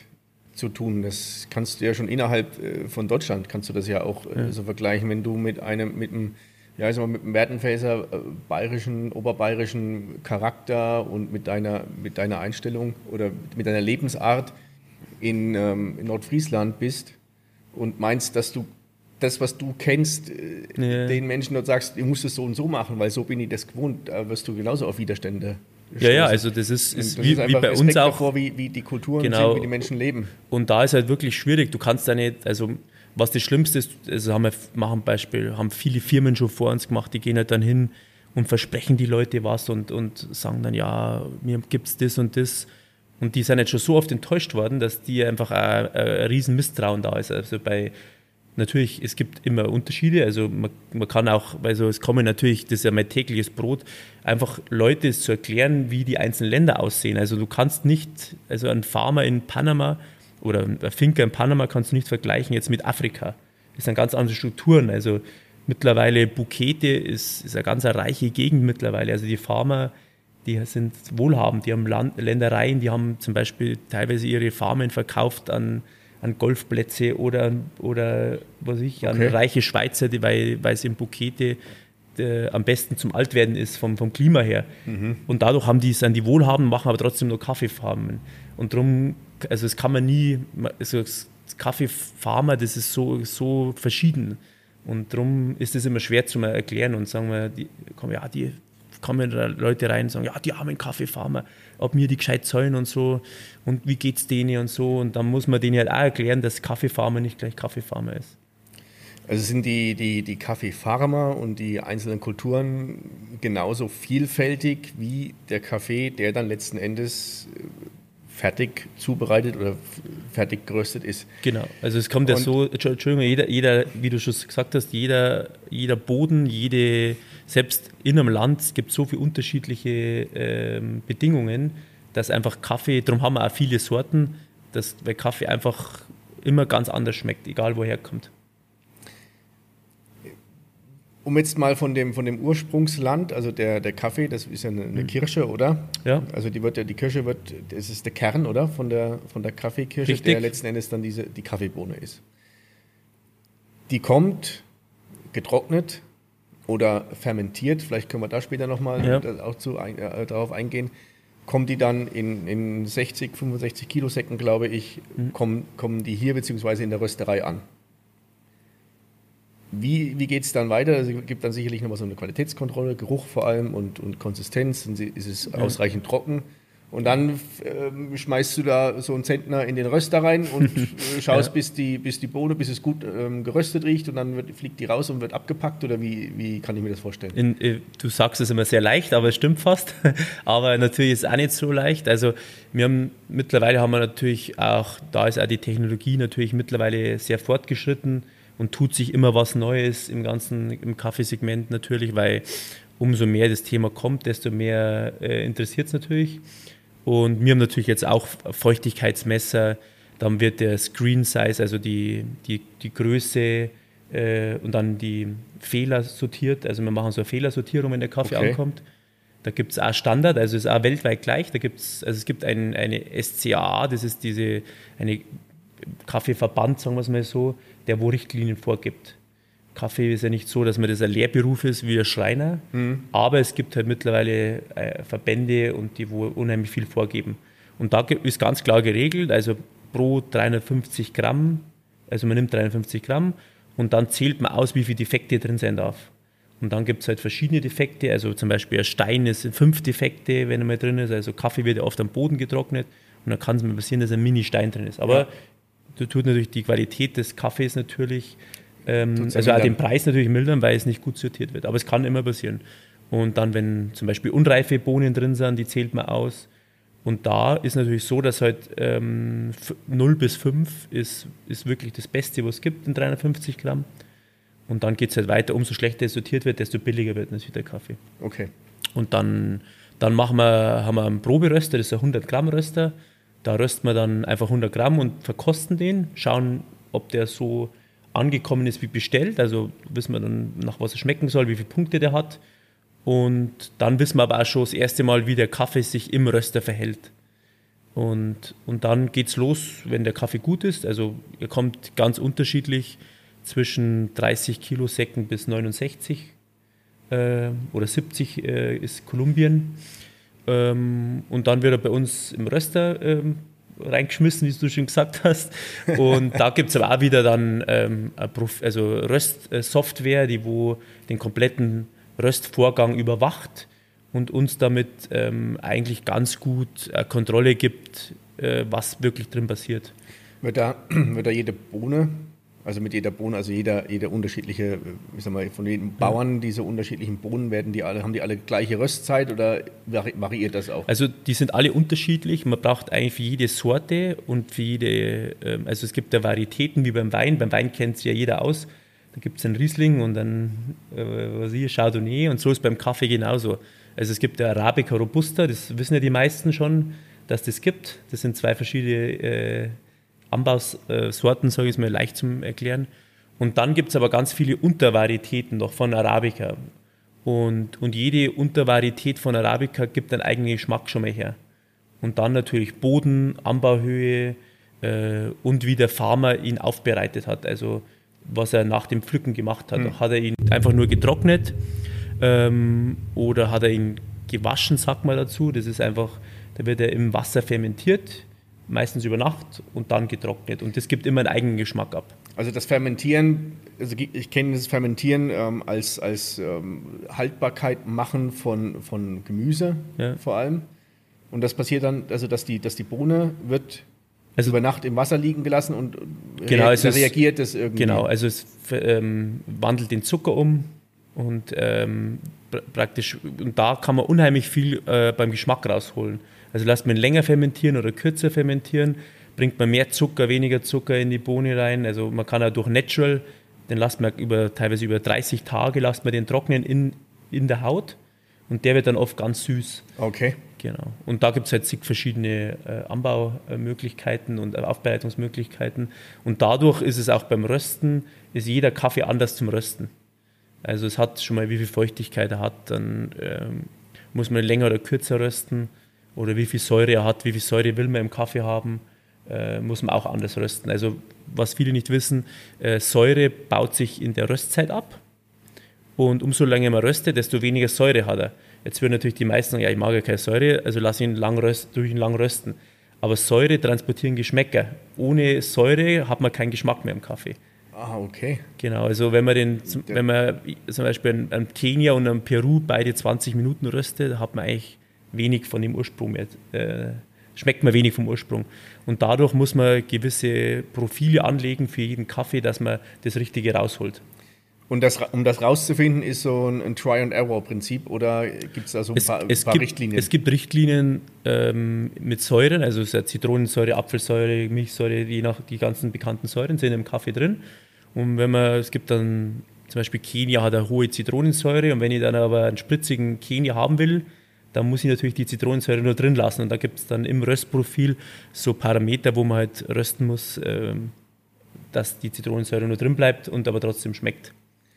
[SPEAKER 1] zu tun. Das kannst du ja schon innerhalb äh, von Deutschland, kannst du das ja auch äh,
[SPEAKER 3] Ja.
[SPEAKER 1] so vergleichen, wenn du mit einem, mit einem, ja, ich sag mal, mit einem Wertenfelser äh, bayerischen, oberbayerischen Charakter und mit deiner, mit deiner Einstellung oder mit deiner Lebensart in, ähm, in Nordfriesland bist und meinst, dass du das, was du kennst, äh,
[SPEAKER 3] Ja.
[SPEAKER 1] den Menschen dort sagst, ihr müsst es so und so machen, weil so bin ich das gewohnt, da wirst du genauso auf Widerstände
[SPEAKER 3] Ja, ja,
[SPEAKER 1] stoßen.
[SPEAKER 3] also das ist,
[SPEAKER 1] Und
[SPEAKER 3] ist
[SPEAKER 1] das
[SPEAKER 3] wie,
[SPEAKER 1] ist
[SPEAKER 3] wie
[SPEAKER 1] einfach
[SPEAKER 3] bei
[SPEAKER 1] Respekt
[SPEAKER 3] uns auch.
[SPEAKER 1] davor, wie, wie die Kulturen
[SPEAKER 3] Genau.
[SPEAKER 1] sind, wie die Menschen leben.
[SPEAKER 3] Und da ist halt wirklich schwierig. Du kannst da nicht, also was das Schlimmste ist, also haben wir, machen Beispiel, haben viele Firmen schon vor uns gemacht, die gehen halt dann hin und versprechen die Leute was und, und sagen dann, ja, mir gibt es das und das. Und die sind jetzt schon so oft enttäuscht worden, dass die einfach ein, ein riesen Misstrauen da ist. Also bei, natürlich, es gibt immer Unterschiede, also man, man kann auch, also es kommen natürlich, das ist ja mein tägliches Brot, einfach Leute es zu erklären, wie die einzelnen Länder aussehen. Also du kannst nicht, also ein Farmer in Panama oder ein Finker in Panama kannst du nicht vergleichen jetzt mit Afrika. Das sind ganz andere Strukturen. Also mittlerweile Bukete ist, ist eine ganz reiche Gegend mittlerweile. Also die Farmer, die sind wohlhabend, die haben Land, Ländereien, die haben zum Beispiel teilweise ihre Farmen verkauft an, an Golfplätze oder, oder was weiß ich, an
[SPEAKER 1] Okay.
[SPEAKER 3] reiche Schweizer, die, weil, weil es in Bukete der, am besten zum Altwerden ist, vom, vom Klima her.
[SPEAKER 1] Mhm.
[SPEAKER 3] Und dadurch haben die, sind die wohlhabend, machen aber trotzdem nur Kaffeefarmen. Und darum, also das kann man nie, also das Kaffeefarmer, das ist so, so verschieden. Und darum ist es immer schwer zu erklären und sagen wir, die, kommen, ja, die kommen da Leute rein und sagen, ja, die armen Kaffeefarmer, ob mir die gescheit zahlen und so und wie geht's denen und so. Und dann muss man denen halt auch erklären, dass Kaffeefarmer nicht gleich Kaffeefarmer ist.
[SPEAKER 1] Also sind die, die, die Kaffeefarmer und die einzelnen Kulturen genauso vielfältig wie der Kaffee, der dann letzten Endes äh, fertig zubereitet oder f- fertig geröstet ist.
[SPEAKER 3] Genau, also es kommt ja
[SPEAKER 1] Und-
[SPEAKER 3] so, Entschu- Entschuldigung, jeder, jeder, wie du schon gesagt hast, jeder, jeder Boden, jede, selbst in einem Land, es gibt so viele unterschiedliche ähm, Bedingungen, dass einfach Kaffee, darum haben wir auch viele Sorten, dass, weil Kaffee einfach immer ganz anders schmeckt, egal woher kommt.
[SPEAKER 1] Um jetzt mal von dem, von dem Ursprungsland, also der, der Kaffee, das ist ja eine, eine Kirsche, oder?
[SPEAKER 3] Ja.
[SPEAKER 1] Also die wird ja, die Kirsche wird, das ist der Kern, oder? Von der, von der Kaffeekirsche,
[SPEAKER 3] Richtig.
[SPEAKER 1] der letzten Endes dann diese, die Kaffeebohne ist. Die kommt getrocknet oder fermentiert, vielleicht können wir da später nochmal
[SPEAKER 3] Ja.
[SPEAKER 1] auch zu, ein, äh, darauf eingehen, kommt die dann in, in sechzig, fünfundsechzig Kilo Säcken, glaube ich,
[SPEAKER 3] Mhm.
[SPEAKER 1] kommen, kommen die hier beziehungsweise in der Rösterei an. Wie, wie geht es dann weiter? Also, es gibt dann sicherlich nochmal so eine Qualitätskontrolle, Geruch vor allem und, und Konsistenz. Sind sie, ist es ausreichend trocken? Und dann ähm, schmeißt du da so einen Zentner in den Röster rein und äh, schaust,
[SPEAKER 3] Ja.
[SPEAKER 1] bis, die, bis die Bohne, bis es gut ähm, geröstet riecht und dann wird, fliegt die raus und wird abgepackt? Oder wie, wie kann ich mir das vorstellen?
[SPEAKER 3] In, äh, du sagst es immer sehr leicht, aber es stimmt fast. Aber natürlich ist es auch nicht so leicht. Also wir haben mittlerweile haben wir natürlich auch, da ist auch die Technologie natürlich mittlerweile sehr fortgeschritten und tut sich immer was Neues im ganzen, im Kaffeesegment natürlich, weil umso mehr das Thema kommt, desto mehr äh, interessiert es natürlich. Und wir haben natürlich jetzt auch Feuchtigkeitsmesser, dann wird der Screen Size, also die, die, die Größe äh, und dann die Fehler sortiert. Also wir machen so eine Fehlersortierung, wenn der Kaffee
[SPEAKER 1] Okay.
[SPEAKER 3] ankommt. Da gibt es auch Standard, also ist auch weltweit gleich. Da gibt's, also es gibt ein, eine S C A A, das ist diese eine Kaffeeverband, sagen wir es mal so, der wo Richtlinien vorgibt. Kaffee ist ja nicht so, dass man das ein Lehrberuf ist wie ein Schreiner, aber es gibt halt mittlerweile äh, Verbände und die wo unheimlich viel vorgeben. Und da gibt- ist ganz klar geregelt, also pro dreihundertfünfzig Gramm, also man nimmt dreihundertfünfzig Gramm und dann zählt man aus, wie viele Defekte drin sein darf. Und dann gibt es halt verschiedene Defekte, also zum Beispiel ein Stein ist fünf Defekte, wenn er mal drin ist, also Kaffee wird ja oft am Boden getrocknet und dann kann es mal passieren, dass ein Mini-Stein drin ist. Aber das tut natürlich die Qualität des Kaffees natürlich, ähm,
[SPEAKER 1] Tut's ja
[SPEAKER 3] also auch
[SPEAKER 1] mildern.
[SPEAKER 3] den Preis natürlich mildern, weil es nicht gut sortiert wird. Aber es kann immer passieren. Und dann, wenn zum Beispiel unreife Bohnen drin sind, die zählt man aus. Und da ist natürlich so, dass halt ähm, f- null bis fünf ist, ist wirklich das Beste, was es gibt in dreihundertfünfzig Gramm. Und dann geht es halt weiter, umso schlechter es sortiert wird, desto billiger wird natürlich der Kaffee.
[SPEAKER 1] Okay.
[SPEAKER 3] Und dann, dann machen wir, haben wir einen Proberöster, das ist ein hundert Gramm Röster. Da rösten wir dann einfach hundert Gramm und verkosten den, schauen, ob der so angekommen ist wie bestellt. Also wissen wir dann, nach was er schmecken soll, wie viele Punkte der hat. Und dann wissen wir aber auch schon das erste Mal, wie der Kaffee sich im Röster verhält. Und, und dann geht es los, wenn der Kaffee gut ist. Also er kommt ganz unterschiedlich zwischen dreißig Kilo Säcken bis neunundsechzig äh, oder siebzig äh, ist Kolumbien. Ähm, und dann wird er bei uns im Röster ähm, reingeschmissen, wie du schon gesagt hast. Und da gibt es aber auch wieder dann ähm, also Röstsoftware, die wo den kompletten Röstvorgang überwacht und uns damit ähm, eigentlich ganz gut äh, Kontrolle gibt, äh, was wirklich drin passiert.
[SPEAKER 1] Wird da, wird da jede Bohne, also mit jeder Bohne, also jeder, jeder unterschiedliche, ich sag mal, von den Bauern, ja. diese unterschiedlichen Bohnen, werden die alle, haben die alle gleiche Röstzeit oder vari- variiert das auch?
[SPEAKER 3] Also die sind alle unterschiedlich. Man braucht eigentlich für jede Sorte und für jede, ähm, also es gibt ja Varietäten wie beim Wein. Beim Wein kennt es ja jeder aus. Da gibt es einen Riesling und dann äh, was ich, Chardonnay und so ist beim Kaffee genauso. Also es gibt der Arabica Robusta, das wissen ja die meisten schon, dass das gibt. Das sind zwei verschiedene äh, Anbaussorten, sage ich es mal leicht zum Erklären. Und dann gibt es aber ganz viele Untervarietäten noch von Arabica. Und, und jede Untervarietät von Arabica gibt einen eigenen Geschmack schon mal her. Und dann natürlich Boden, Anbauhöhe äh, und wie der Farmer ihn aufbereitet hat. Also was er nach dem Pflücken gemacht hat. Mhm. Hat er ihn einfach nur getrocknet ähm, oder hat er ihn gewaschen, sagt man dazu. Das ist einfach, da wird er im Wasser fermentiert, meistens über Nacht und dann getrocknet. Und das gibt immer einen eigenen Geschmack ab.
[SPEAKER 1] Also das Fermentieren, also ich kenne das Fermentieren ähm, als, als ähm, Haltbarkeit machen von, von Gemüse ja. vor allem. Und das passiert dann, also dass die, dass die Bohne wird also, über Nacht im Wasser liegen gelassen und
[SPEAKER 3] genau,
[SPEAKER 1] rea-
[SPEAKER 3] also
[SPEAKER 1] reagiert es irgendwie.
[SPEAKER 3] Genau, also es ähm, wandelt den Zucker um und ähm, pr- praktisch, und da kann man unheimlich viel äh, beim Geschmack rausholen. Also lässt man ihn länger fermentieren oder kürzer fermentieren, bringt man mehr Zucker, weniger Zucker in die Bohne rein. Also man kann auch durch Natural, den lässt man über, teilweise über dreißig Tage, lässt man den trocknen in, in der Haut und der wird dann oft ganz süß.
[SPEAKER 1] Okay.
[SPEAKER 3] Genau. Und da gibt es halt zig verschiedene äh, Anbaumöglichkeiten und Aufbereitungsmöglichkeiten. Und dadurch ist es auch beim Rösten, ist jeder Kaffee anders zum Rösten. Also es hat schon mal, wie viel Feuchtigkeit er hat, dann ähm, muss man länger oder kürzer rösten. Oder wie viel Säure er hat, wie viel Säure will man im Kaffee haben, äh, muss man auch anders rösten. Also was viele nicht wissen, äh, Säure baut sich in der Röstzeit ab. Und umso länger man röstet, desto weniger Säure hat er. Jetzt würden natürlich die meisten sagen, ja, ich mag ja keine Säure, also lass ihn lang röst, durch ihn lang rösten. Aber Säure transportieren Geschmäcker. Ohne Säure hat man keinen Geschmack mehr im Kaffee.
[SPEAKER 1] Ah, okay.
[SPEAKER 3] Genau, also wenn man den, wenn man zum Beispiel am Kenia und am Peru beide zwanzig Minuten röstet, hat man eigentlich wenig von dem Ursprung mehr, äh, schmeckt man wenig vom Ursprung. Und dadurch muss man gewisse Profile anlegen für jeden Kaffee, dass man das Richtige rausholt.
[SPEAKER 1] Und das, um das rauszufinden, ist so ein, ein Try-and-Error-Prinzip oder gibt es da so ein
[SPEAKER 3] es,
[SPEAKER 1] paar,
[SPEAKER 3] es
[SPEAKER 1] paar
[SPEAKER 3] gibt,
[SPEAKER 1] Richtlinien?
[SPEAKER 3] Es gibt Richtlinien ähm, mit Säuren, also es ist ja Zitronensäure, Apfelsäure, Milchsäure, je nach die ganzen bekannten Säuren sind im Kaffee drin. Und wenn man, es gibt dann zum Beispiel Kenia hat eine hohe Zitronensäure und wenn ich dann aber einen spritzigen Kenia haben will, dann muss ich natürlich die Zitronensäure nur drin lassen. Und da gibt es dann im Röstprofil so Parameter, wo man halt rösten muss, ähm, dass die Zitronensäure nur drin bleibt und aber trotzdem schmeckt.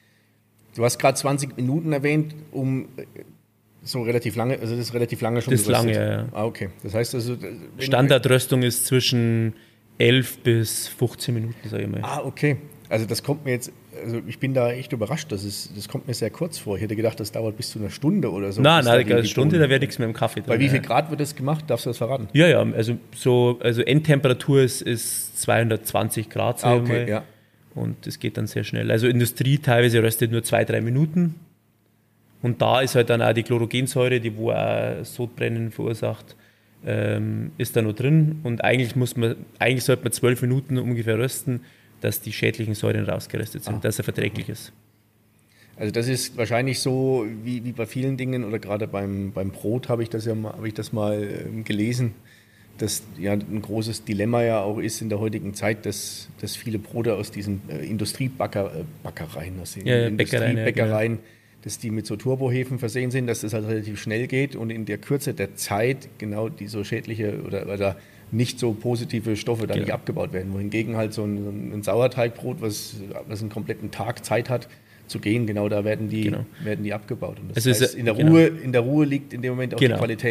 [SPEAKER 1] Du hast gerade zwanzig Minuten erwähnt, um so relativ lange, also das ist relativ lange schon
[SPEAKER 3] Das ist
[SPEAKER 1] geröstet.
[SPEAKER 3] lange, ja.
[SPEAKER 1] Ah, okay. Das heißt also...
[SPEAKER 3] Standardröstung ist zwischen elf bis fünfzehn Minuten, sage ich mal.
[SPEAKER 1] Ah, okay. Also das kommt mir jetzt, also ich bin da echt überrascht, das, ist, das kommt mir sehr kurz vor. Ich hätte gedacht, das dauert bis zu einer Stunde oder so.
[SPEAKER 3] Nein, nein, eine Stunde, da wäre nichts mehr im Kaffee drin.
[SPEAKER 1] Bei wie viel Grad wird das gemacht? Darfst du das verraten?
[SPEAKER 3] Ja, ja, also, so, also Endtemperatur ist, ist zweihundertzwanzig Grad, sage ich
[SPEAKER 1] ah, okay,
[SPEAKER 3] mal.
[SPEAKER 1] Ja.
[SPEAKER 3] Und das geht dann sehr schnell. Also Industrie teilweise röstet nur zwei, drei Minuten. Und da ist halt dann auch die Chlorogensäure, die wo auch Sodbrennen verursacht, ähm, ist da noch drin. Und eigentlich muss man, eigentlich sollte man zwölf Minuten ungefähr rösten, dass die schädlichen Säuren rausgeröstet sind, ah. dass er verträglich ist.
[SPEAKER 1] Also das ist wahrscheinlich so wie, wie bei vielen Dingen oder gerade beim, beim Brot habe ich das ja mal, habe ich das mal ähm, gelesen, dass ja ein großes Dilemma ja auch ist in der heutigen Zeit, dass, dass viele Brote aus diesen äh, Industriebäckereien, aus den
[SPEAKER 3] ja, ja,
[SPEAKER 1] Industriebäckereien,
[SPEAKER 3] ja,
[SPEAKER 1] dass die mit so Turbohefen versehen sind, dass das halt relativ schnell geht und in der Kürze der Zeit genau die so schädliche oder, oder nicht so positive Stoffe dann
[SPEAKER 3] genau.
[SPEAKER 1] nicht abgebaut werden. Wohingegen halt so ein, ein Sauerteigbrot, was, was einen kompletten Tag Zeit hat zu gehen, genau da werden die,
[SPEAKER 3] genau.
[SPEAKER 1] werden die abgebaut. Und das
[SPEAKER 3] also
[SPEAKER 1] heißt, in der,
[SPEAKER 3] genau.
[SPEAKER 1] Ruhe, in der Ruhe liegt in dem Moment auch
[SPEAKER 3] genau.
[SPEAKER 1] die Qualität.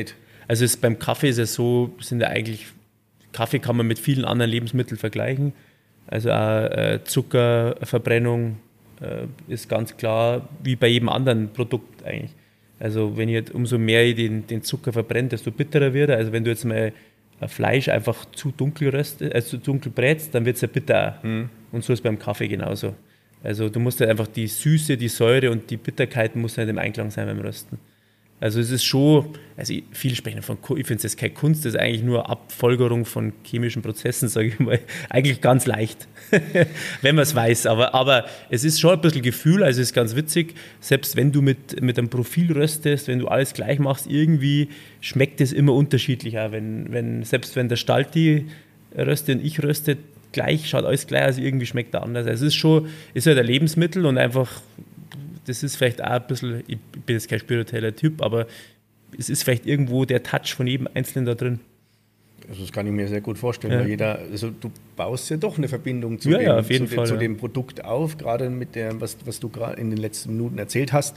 [SPEAKER 3] Also es, beim Kaffee ist es so, sind ja eigentlich, Kaffee kann man mit vielen anderen Lebensmitteln vergleichen. Also auch äh, Zuckerverbrennung äh, ist ganz klar, wie bei jedem anderen Produkt eigentlich. Also wenn ich, umso mehr ich den, den Zucker verbrenne, desto bitterer wird er. Also wenn du jetzt mal ein Fleisch einfach zu dunkel röstest, also zu dunkel brätst, dann wird es ja bitter. Mhm. Und so ist beim Kaffee genauso. Also du musst halt einfach die Süße, die Säure und die Bitterkeit muss halt im Einklang sein beim Rösten. Also es ist schon, also viele sprechen von, ich finde es jetzt keine Kunst, das ist eigentlich nur Abfolgerung von chemischen Prozessen, sage ich mal. Eigentlich ganz leicht, wenn man es weiß. Aber, aber es ist schon ein bisschen Gefühl, also es ist ganz witzig, selbst wenn du mit, mit einem Profil röstest, wenn du alles gleich machst, irgendwie schmeckt es immer unterschiedlicher. Wenn, wenn, selbst wenn der Stalti röstet und ich röste, gleich, schaut alles gleich, also irgendwie schmeckt er anders. Also es ist schon, ist halt ein Lebensmittel und einfach, das ist vielleicht auch ein bisschen, ich bin jetzt kein spiritueller Typ, aber es ist vielleicht irgendwo der Touch von jedem Einzelnen da drin.
[SPEAKER 1] Also das kann ich mir sehr gut vorstellen, ja. Weil jeder, also du baust ja doch eine Verbindung zu,
[SPEAKER 3] ja,
[SPEAKER 1] dem,
[SPEAKER 3] ja, auf jeden
[SPEAKER 1] zu,
[SPEAKER 3] Fall,
[SPEAKER 1] zu
[SPEAKER 3] ja.
[SPEAKER 1] dem Produkt auf, gerade mit der, was, was du gerade in den letzten Minuten erzählt hast.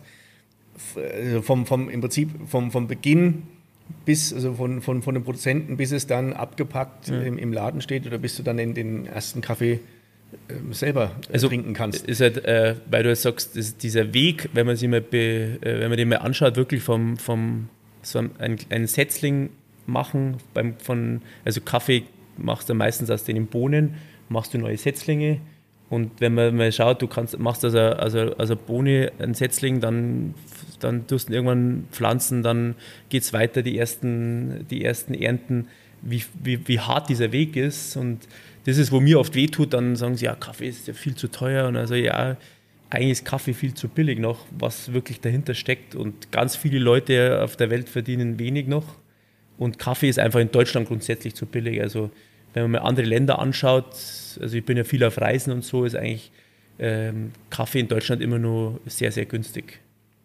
[SPEAKER 1] Also vom, vom, im Prinzip vom, vom Beginn bis, also von, von, von dem Produzenten, bis es dann abgepackt ja. im, im Laden steht oder bis du dann in den ersten Kaffee äh, selber äh, also trinken kannst.
[SPEAKER 3] Ist halt, äh, weil du jetzt sagst, ist dieser Weg, wenn man sich mal be, äh, wenn man den mal anschaut, wirklich vom, vom so ein, ein Setzling machen, beim, von, also Kaffee machst du meistens aus den Bohnen, machst du neue Setzlinge. Und wenn man mal schaut, du kannst, machst also, also, also Bohne, ein Setzling, dann, dann tust du irgendwann pflanzen, dann geht es weiter, die ersten, die ersten Ernten, wie, wie, wie hart dieser Weg ist. Und das ist, wo mir oft wehtut, dann sagen sie, ja, Kaffee ist ja viel zu teuer. Und also ja, eigentlich ist Kaffee viel zu billig noch, was wirklich dahinter steckt. Und ganz viele Leute auf der Welt verdienen wenig noch. Und Kaffee ist einfach in Deutschland grundsätzlich zu billig. Also wenn man mal andere Länder anschaut, also ich bin ja viel auf Reisen und so, ist eigentlich ähm, Kaffee in Deutschland immer nur sehr, sehr günstig.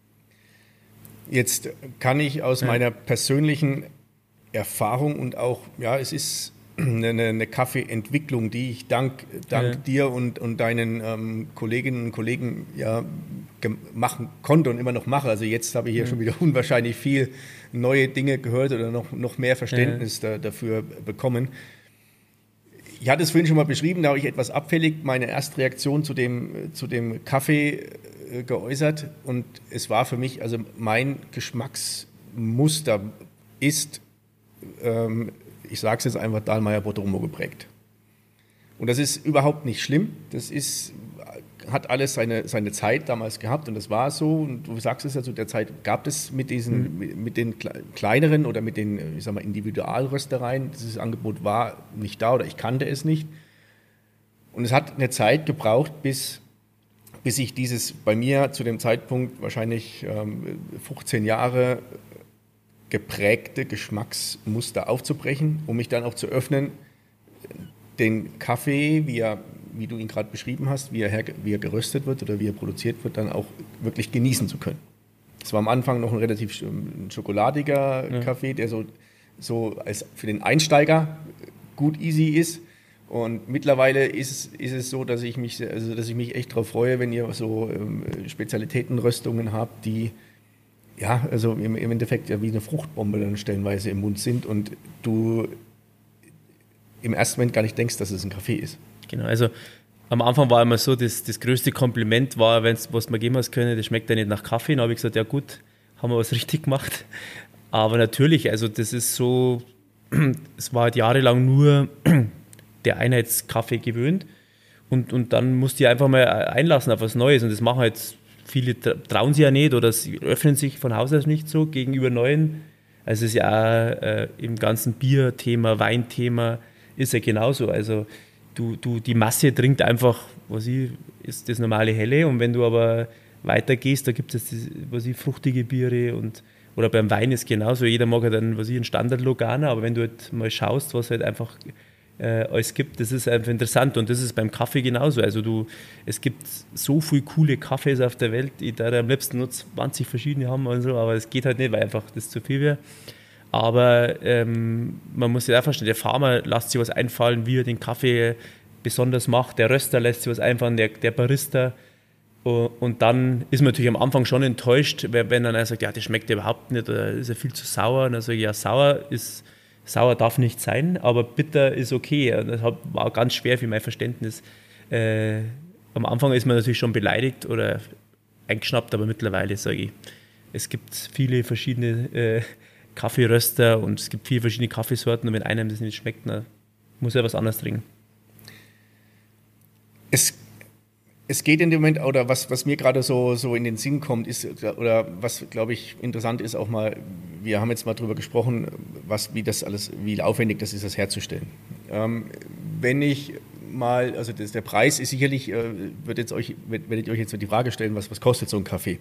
[SPEAKER 1] Jetzt kann ich aus ja. meiner persönlichen Erfahrung und auch, ja, es ist eine, eine Kaffeeentwicklung, die ich dank, dank ja. dir und, und deinen ähm, Kolleginnen und Kollegen ja machen konnte und immer noch mache. Also jetzt habe ich hier ja. schon wieder unwahrscheinlich viel neue Dinge gehört oder noch, noch mehr Verständnis ja. da, dafür bekommen. Ich hatte es vorhin schon mal beschrieben, da habe ich etwas abfällig meine Erstreaktion zu dem, zu dem Kaffee äh, geäußert und es war für mich, also mein Geschmacksmuster ist, ähm, ich sage es jetzt einfach, Dahlmeier-Bodromo geprägt. Und das ist überhaupt nicht schlimm, das ist, hat alles seine, seine Zeit damals gehabt und das war so und du sagst es ja, zu der Zeit gab es mit diesen, mhm. mit, mit den kleineren oder mit den, ich sag mal, Individualröstereien, dieses Angebot war nicht da oder ich kannte es nicht und es hat eine Zeit gebraucht, bis, bis ich dieses bei mir zu dem Zeitpunkt wahrscheinlich ähm, fünfzehn Jahre geprägte Geschmacksmuster aufzubrechen, um mich dann auch zu öffnen, den Kaffee, wie er wie du ihn gerade beschrieben hast, wie er, her, wie er geröstet wird oder wie er produziert wird, dann auch wirklich genießen zu können. Es war am Anfang noch ein relativ ein schokoladiger ja. Kaffee, der so, so als für den Einsteiger gut easy ist. Und mittlerweile ist, ist es so, dass ich mich, also dass ich mich echt darauf freue, wenn ihr so ähm, Spezialitätenröstungen habt, die ja, also im, im Endeffekt ja wie eine Fruchtbombe dann stellenweise im Mund sind und du im ersten Moment gar nicht denkst, dass es ein Kaffee ist.
[SPEAKER 3] Genau, also am Anfang war immer so, das, das größte Kompliment war, wenn's, was man geben hast können, das schmeckt ja nicht nach Kaffee. Dann habe ich gesagt, ja gut, haben wir was richtig gemacht. Aber natürlich, also das ist so, es war halt jahrelang nur der Einheitskaffee gewöhnt und, und dann musst du dich einfach mal einlassen auf was Neues und das machen jetzt viele, trauen sie ja nicht oder sie öffnen sich von Haus aus nicht so gegenüber Neuen. Also es ist ja auch äh, im ganzen Bierthema, Weinthema ist ja genauso, also Du, du, die Masse trinkt einfach, was ich, ist das normale Helle und wenn du aber weitergehst, da gibt es das, was ich, fruchtige Biere und oder beim Wein ist genauso, jeder mag halt einen, was ich, einen Standard-Lugana, aber wenn du halt mal schaust, was halt einfach äh, alles gibt, das ist einfach interessant und das ist beim Kaffee genauso, also du, es gibt so viele coole Kaffees auf der Welt, ich würde am liebsten nur zwanzig verschiedene haben und so, aber es geht halt nicht, weil einfach das zu viel wäre. Aber ähm, man muss sich auch verstehen, der Farmer lässt sich was einfallen, wie er den Kaffee besonders macht, der Röster lässt sich was einfallen, der, der Barista. Und dann ist man natürlich am Anfang schon enttäuscht, wenn dann einer sagt, ja, das schmeckt ja überhaupt nicht oder ist ja viel zu sauer. Und dann sage ich, ja, sauer ist, sauer darf nicht sein, aber bitter ist okay. Und das war ganz schwer für mein Verständnis. Äh, am Anfang ist man natürlich schon beleidigt oder eingeschnappt, aber mittlerweile sage ich, es gibt viele verschiedene äh, Kaffeeröster und es gibt viele verschiedene Kaffeesorten und wenn einem das nicht schmeckt, dann muss er was anderes trinken.
[SPEAKER 1] Es Es geht in dem Moment, oder was, was mir gerade so, so in den Sinn kommt, ist, oder was, glaube ich, interessant ist auch mal, wir haben jetzt mal drüber gesprochen, was, wie das alles, wie aufwendig das ist, das herzustellen. Ähm, wenn ich mal, also das, der Preis ist sicherlich, äh, wird jetzt euch, werdet ihr euch jetzt die Frage stellen, was, was kostet so ein Kaffee?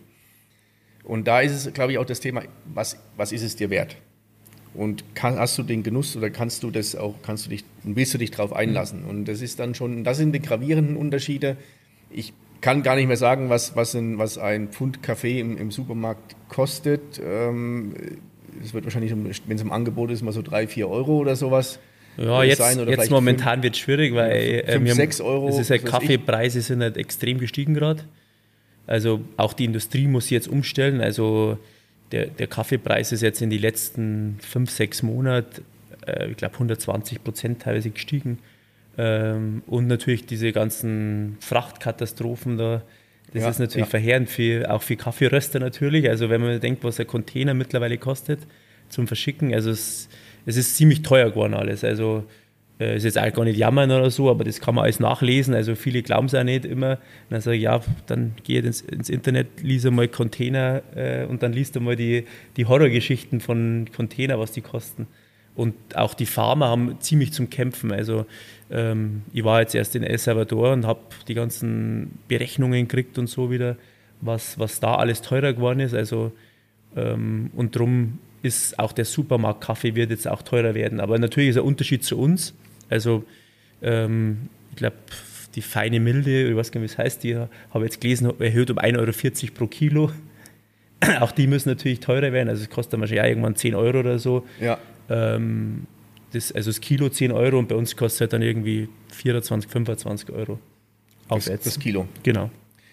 [SPEAKER 1] Und da ist es, glaube ich, auch das Thema, was, was ist es dir wert? Und kann, hast du den Genuss oder kannst du das auch, kannst du dich, willst du dich darauf einlassen? Und das ist dann schon, das sind die gravierenden Unterschiede. Ich kann gar nicht mehr sagen, was, was, ein, was ein Pfund Kaffee im, im Supermarkt kostet. Ähm, es wird wahrscheinlich, wenn es im Angebot ist, mal so drei, vier Euro oder sowas.
[SPEAKER 3] Ja, jetzt, sein, oder jetzt momentan wird es schwierig, weil
[SPEAKER 1] fünf,
[SPEAKER 3] äh,
[SPEAKER 1] sechs Euro.
[SPEAKER 3] Es ist halt, Kaffeepreise sind halt extrem gestiegen gerade. Also auch die Industrie muss sich jetzt umstellen. Also der, der Kaffeepreis ist jetzt in den letzten fünf, sechs Monaten, äh, ich glaube hundertzwanzig Prozent teilweise gestiegen. Ähm, und natürlich diese ganzen Frachtkatastrophen da, das ja, ist natürlich ja. verheerend, für, auch für Kaffeeröster natürlich. Also wenn man denkt, was ein Container mittlerweile kostet zum Verschicken, also es, es ist ziemlich teuer geworden alles. Also äh, ist jetzt auch gar nicht jammern oder so, aber das kann man alles nachlesen. Also viele glauben es auch nicht immer. Und dann sage ich, ja, dann geh ins, ins Internet, lies mal Container äh, und dann liest du mal die, die Horrorgeschichten von Container, was die kosten. Und auch die Farmer haben ziemlich zum Kämpfen. Also ähm, ich war jetzt erst in El Salvador und habe die ganzen Berechnungen gekriegt und so wieder, was, was da alles teurer geworden ist. Also, ähm, und darum ist auch der Supermarktkaffee wird jetzt auch teurer werden. Aber natürlich ist ein Unterschied zu uns. Also ähm, ich glaube, die feine Milde, ich weiß gar nicht, wie es heißt, die habe ich jetzt gelesen, erhöht um ein Euro vierzig pro Kilo. Auch die müssen natürlich teurer werden. Also es kostet dann wahrscheinlich auch irgendwann zehn Euro oder so.
[SPEAKER 1] Ja.
[SPEAKER 3] Ähm, das, also das Kilo zehn Euro und bei uns kostet es halt dann irgendwie vierundzwanzig, fünfundzwanzig Euro.
[SPEAKER 1] Aufwärts. Das, das Kilo.
[SPEAKER 3] Genau.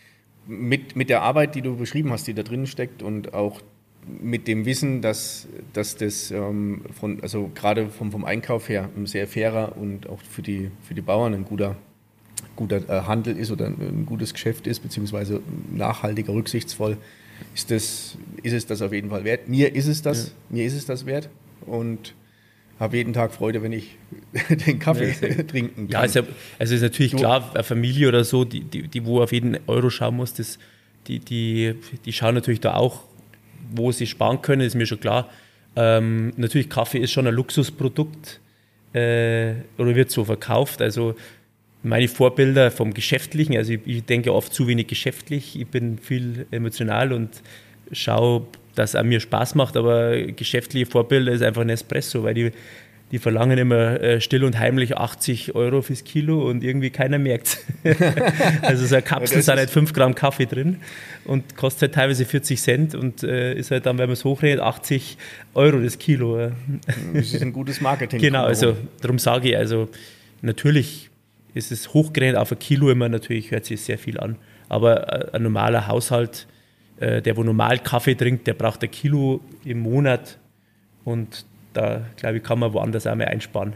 [SPEAKER 1] Mit, mit der Arbeit, die du beschrieben hast, die da drin steckt und auch mit dem Wissen, dass, dass das ähm, von, also gerade vom, vom Einkauf her ein sehr fairer und auch für die, für die Bauern ein guter, guter äh, Handel ist oder ein, ein gutes Geschäft ist, beziehungsweise nachhaltiger, rücksichtsvoll, ist, das, ist es das auf jeden Fall wert. Mir ist es das, ja. mir ist es das wert und habe jeden Tag Freude, wenn ich den Kaffee ja, trinken kann.
[SPEAKER 3] Ja, also, also ist natürlich du, klar, eine Familie oder so, die, die, die wo auf jeden Euro schauen muss, das, die, die, die schauen natürlich da auch, wo sie sparen können, ist mir schon klar. Ähm, natürlich, Kaffee ist schon ein Luxusprodukt äh, oder wird so verkauft. Also meine Vorbilder vom Geschäftlichen, also ich, ich denke oft zu wenig geschäftlich, ich bin viel emotional und schaue, dass es mir Spaß macht, aber geschäftliche Vorbilder ist einfach ein Espresso, weil die, die verlangen immer äh, still und heimlich achtzig Euro fürs Kilo und irgendwie keiner merkt es. Also so eine Kapsel sind halt fünf Gramm Kaffee drin und kostet halt teilweise vierzig Cent und äh, ist halt dann, wenn man es hochrechnet, achtzig Euro das Kilo.
[SPEAKER 1] Das ist ein gutes Marketing.
[SPEAKER 3] Genau, also darum sage ich, also natürlich ist es hochgerechnet auf ein Kilo immer, natürlich hört sich sehr viel an, aber ein normaler Haushalt, der wo normal Kaffee trinkt, der braucht ein Kilo im Monat und da, glaube ich, kann man woanders auch mehr einsparen.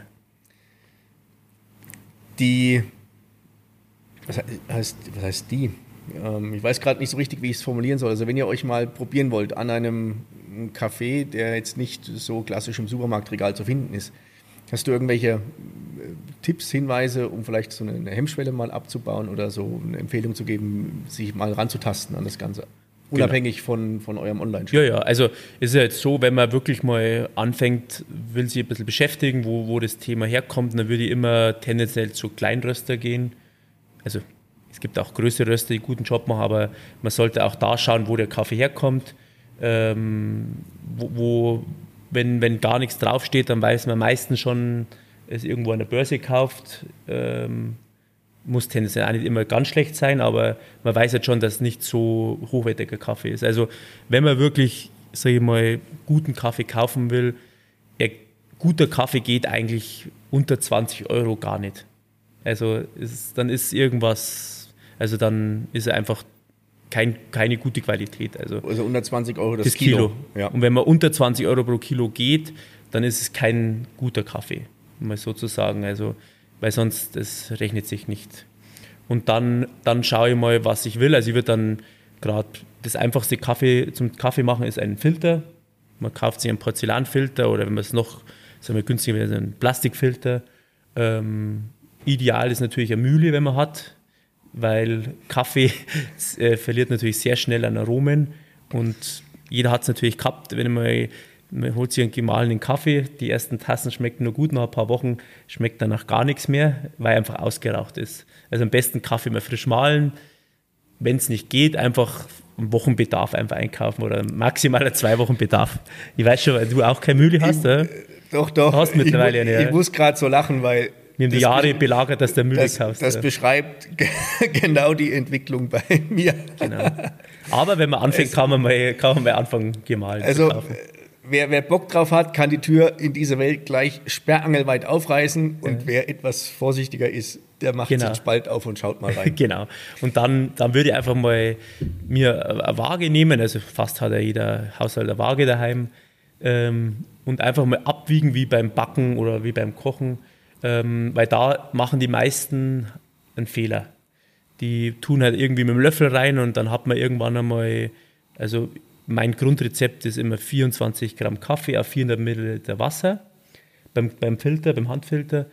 [SPEAKER 1] Die, was heißt, was heißt die? Ähm, ich weiß gerade nicht so richtig, wie ich es formulieren soll. Also wenn ihr euch mal probieren wollt an einem Kaffee, der jetzt nicht so klassisch im Supermarktregal zu finden ist, hast du irgendwelche Tipps, Hinweise, um vielleicht so eine Hemmschwelle mal abzubauen oder so eine Empfehlung zu geben, sich mal ranzutasten an das Ganze? Unabhängig genau. von, von eurem Online-Shop.
[SPEAKER 3] Ja, ja, also es ist ja jetzt so, wenn man wirklich mal anfängt, will sich ein bisschen beschäftigen, wo, wo das Thema herkommt, dann würde ich immer tendenziell zu Kleinröster gehen. Also es gibt auch größere Röster, die einen guten Job machen, aber man sollte auch da schauen, wo der Kaffee herkommt. Ähm, wo, wo wenn, wenn gar nichts draufsteht, dann weiß man meistens schon, es irgendwo an der Börse kauft. Ähm, muss tendenziell auch nicht immer ganz schlecht sein, aber man weiß jetzt schon, dass es nicht so hochwertiger Kaffee ist. Also wenn man wirklich, sage ich mal, guten Kaffee kaufen will, ja, guter Kaffee geht eigentlich unter zwanzig Euro gar nicht. Also ist, dann ist irgendwas, also dann ist er einfach kein, keine gute Qualität. Also,
[SPEAKER 1] also unter zwanzig Euro das,
[SPEAKER 3] das Kilo. Kilo.
[SPEAKER 1] Ja.
[SPEAKER 3] Und wenn man unter zwanzig Euro pro Kilo geht, dann ist es kein guter Kaffee, mal sozusagen. Also, weil sonst, das rechnet sich nicht. Und dann, dann schaue ich mal, was ich will. Also ich würde dann gerade das einfachste Kaffee zum Kaffee machen ist ein Filter. Man kauft sich einen Porzellanfilter oder wenn man es noch, sagen wir günstiger wäre, einen Plastikfilter. Ähm, ideal ist natürlich eine Mühle, wenn man hat, weil Kaffee äh, verliert natürlich sehr schnell an Aromen und jeder hat es natürlich gehabt, wenn man, man holt sich einen gemahlenen Kaffee, die ersten Tassen schmecken nur gut, nach ein paar Wochen schmeckt danach gar nichts mehr, weil er einfach ausgeraucht ist. Also am besten Kaffee mal frisch mahlen, wenn es nicht geht, einfach einen Wochenbedarf einfach einkaufen oder maximal zwei Wochen Bedarf. Ich weiß schon, weil du auch keine Mühle hast, oder?
[SPEAKER 1] Doch, doch.
[SPEAKER 3] Du hast mittlerweile
[SPEAKER 1] ich,
[SPEAKER 3] eine.
[SPEAKER 1] Ich muss gerade so lachen, weil
[SPEAKER 3] wir haben die Jahre belagert, dass der Mühle
[SPEAKER 1] das,
[SPEAKER 3] kaufst.
[SPEAKER 1] Das ja. beschreibt genau die Entwicklung bei mir.
[SPEAKER 3] Genau. Aber wenn man anfängt, also, kann, man mal, kann man mal anfangen, gemahlen
[SPEAKER 1] also,
[SPEAKER 3] zu kaufen.
[SPEAKER 1] Wer, wer Bock drauf hat, kann die Tür in diese Welt gleich sperrangelweit aufreißen. Und ja. wer etwas vorsichtiger ist, der macht genau. sich einen Spalt auf und schaut mal rein.
[SPEAKER 3] Genau. Und dann, dann würde ich einfach mal mir eine Waage nehmen. Also fast hat ja jeder Haushalt eine Waage daheim. Ähm, und einfach mal abwiegen, wie beim Backen oder wie beim Kochen. Ähm, weil da machen die meisten einen Fehler. Die tun halt irgendwie mit dem Löffel rein und dann hat man irgendwann einmal, also mein Grundrezept ist immer vierundzwanzig Gramm Kaffee auf vierhundert Milliliter Wasser beim, beim Filter, beim Handfilter.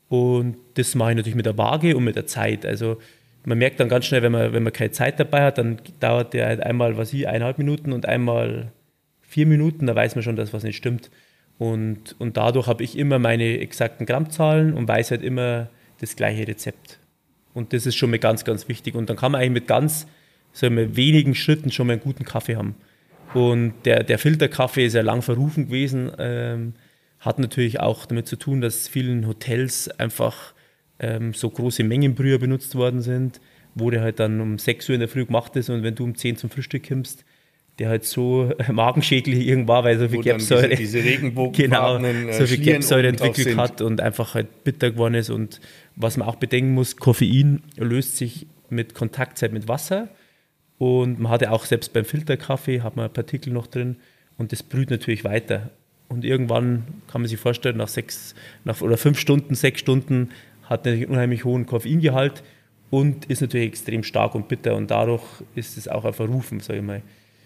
[SPEAKER 3] Und das mache ich natürlich mit der Waage und mit der Zeit. Also man merkt dann ganz schnell, wenn man, wenn man keine Zeit dabei hat, dann dauert der halt einmal, was ich, eineinhalb Minuten und einmal vier Minuten, da weiß man schon, dass was nicht stimmt. Und, und dadurch habe ich immer meine exakten Grammzahlen und weiß halt immer das gleiche Rezept. Und das ist schon mal ganz, ganz wichtig. Und dann kann man eigentlich mit ganz sagen wir, wenigen Schritten schon mal einen guten Kaffee haben. Und der, der Filterkaffee ist ja lang verrufen gewesen, ähm, hat natürlich auch damit zu tun, dass vielen Hotels einfach ähm, so große Mengenbrüher benutzt worden sind, wo der halt dann um sechs Uhr in der Früh gemacht ist und wenn du um zehn zum Frühstück kommst, der halt so magenschädlich irgendwann, weil so viel Gelbsäure,
[SPEAKER 1] diese, diese
[SPEAKER 3] genau, so viel Gelbsäure entwickelt hat und einfach halt bitter geworden ist. Und was man auch bedenken muss, Koffein löst sich mit Kontaktzeit mit Wasser und man hat ja auch selbst beim Filterkaffee hat man Partikel noch drin und das brüht natürlich weiter. Und irgendwann kann man sich vorstellen, nach sechs nach, oder fünf Stunden, sechs Stunden hat er einen unheimlich hohen Koffeingehalt und ist natürlich extrem stark und bitter und dadurch ist es auch ein Verrufen, sage ich mal.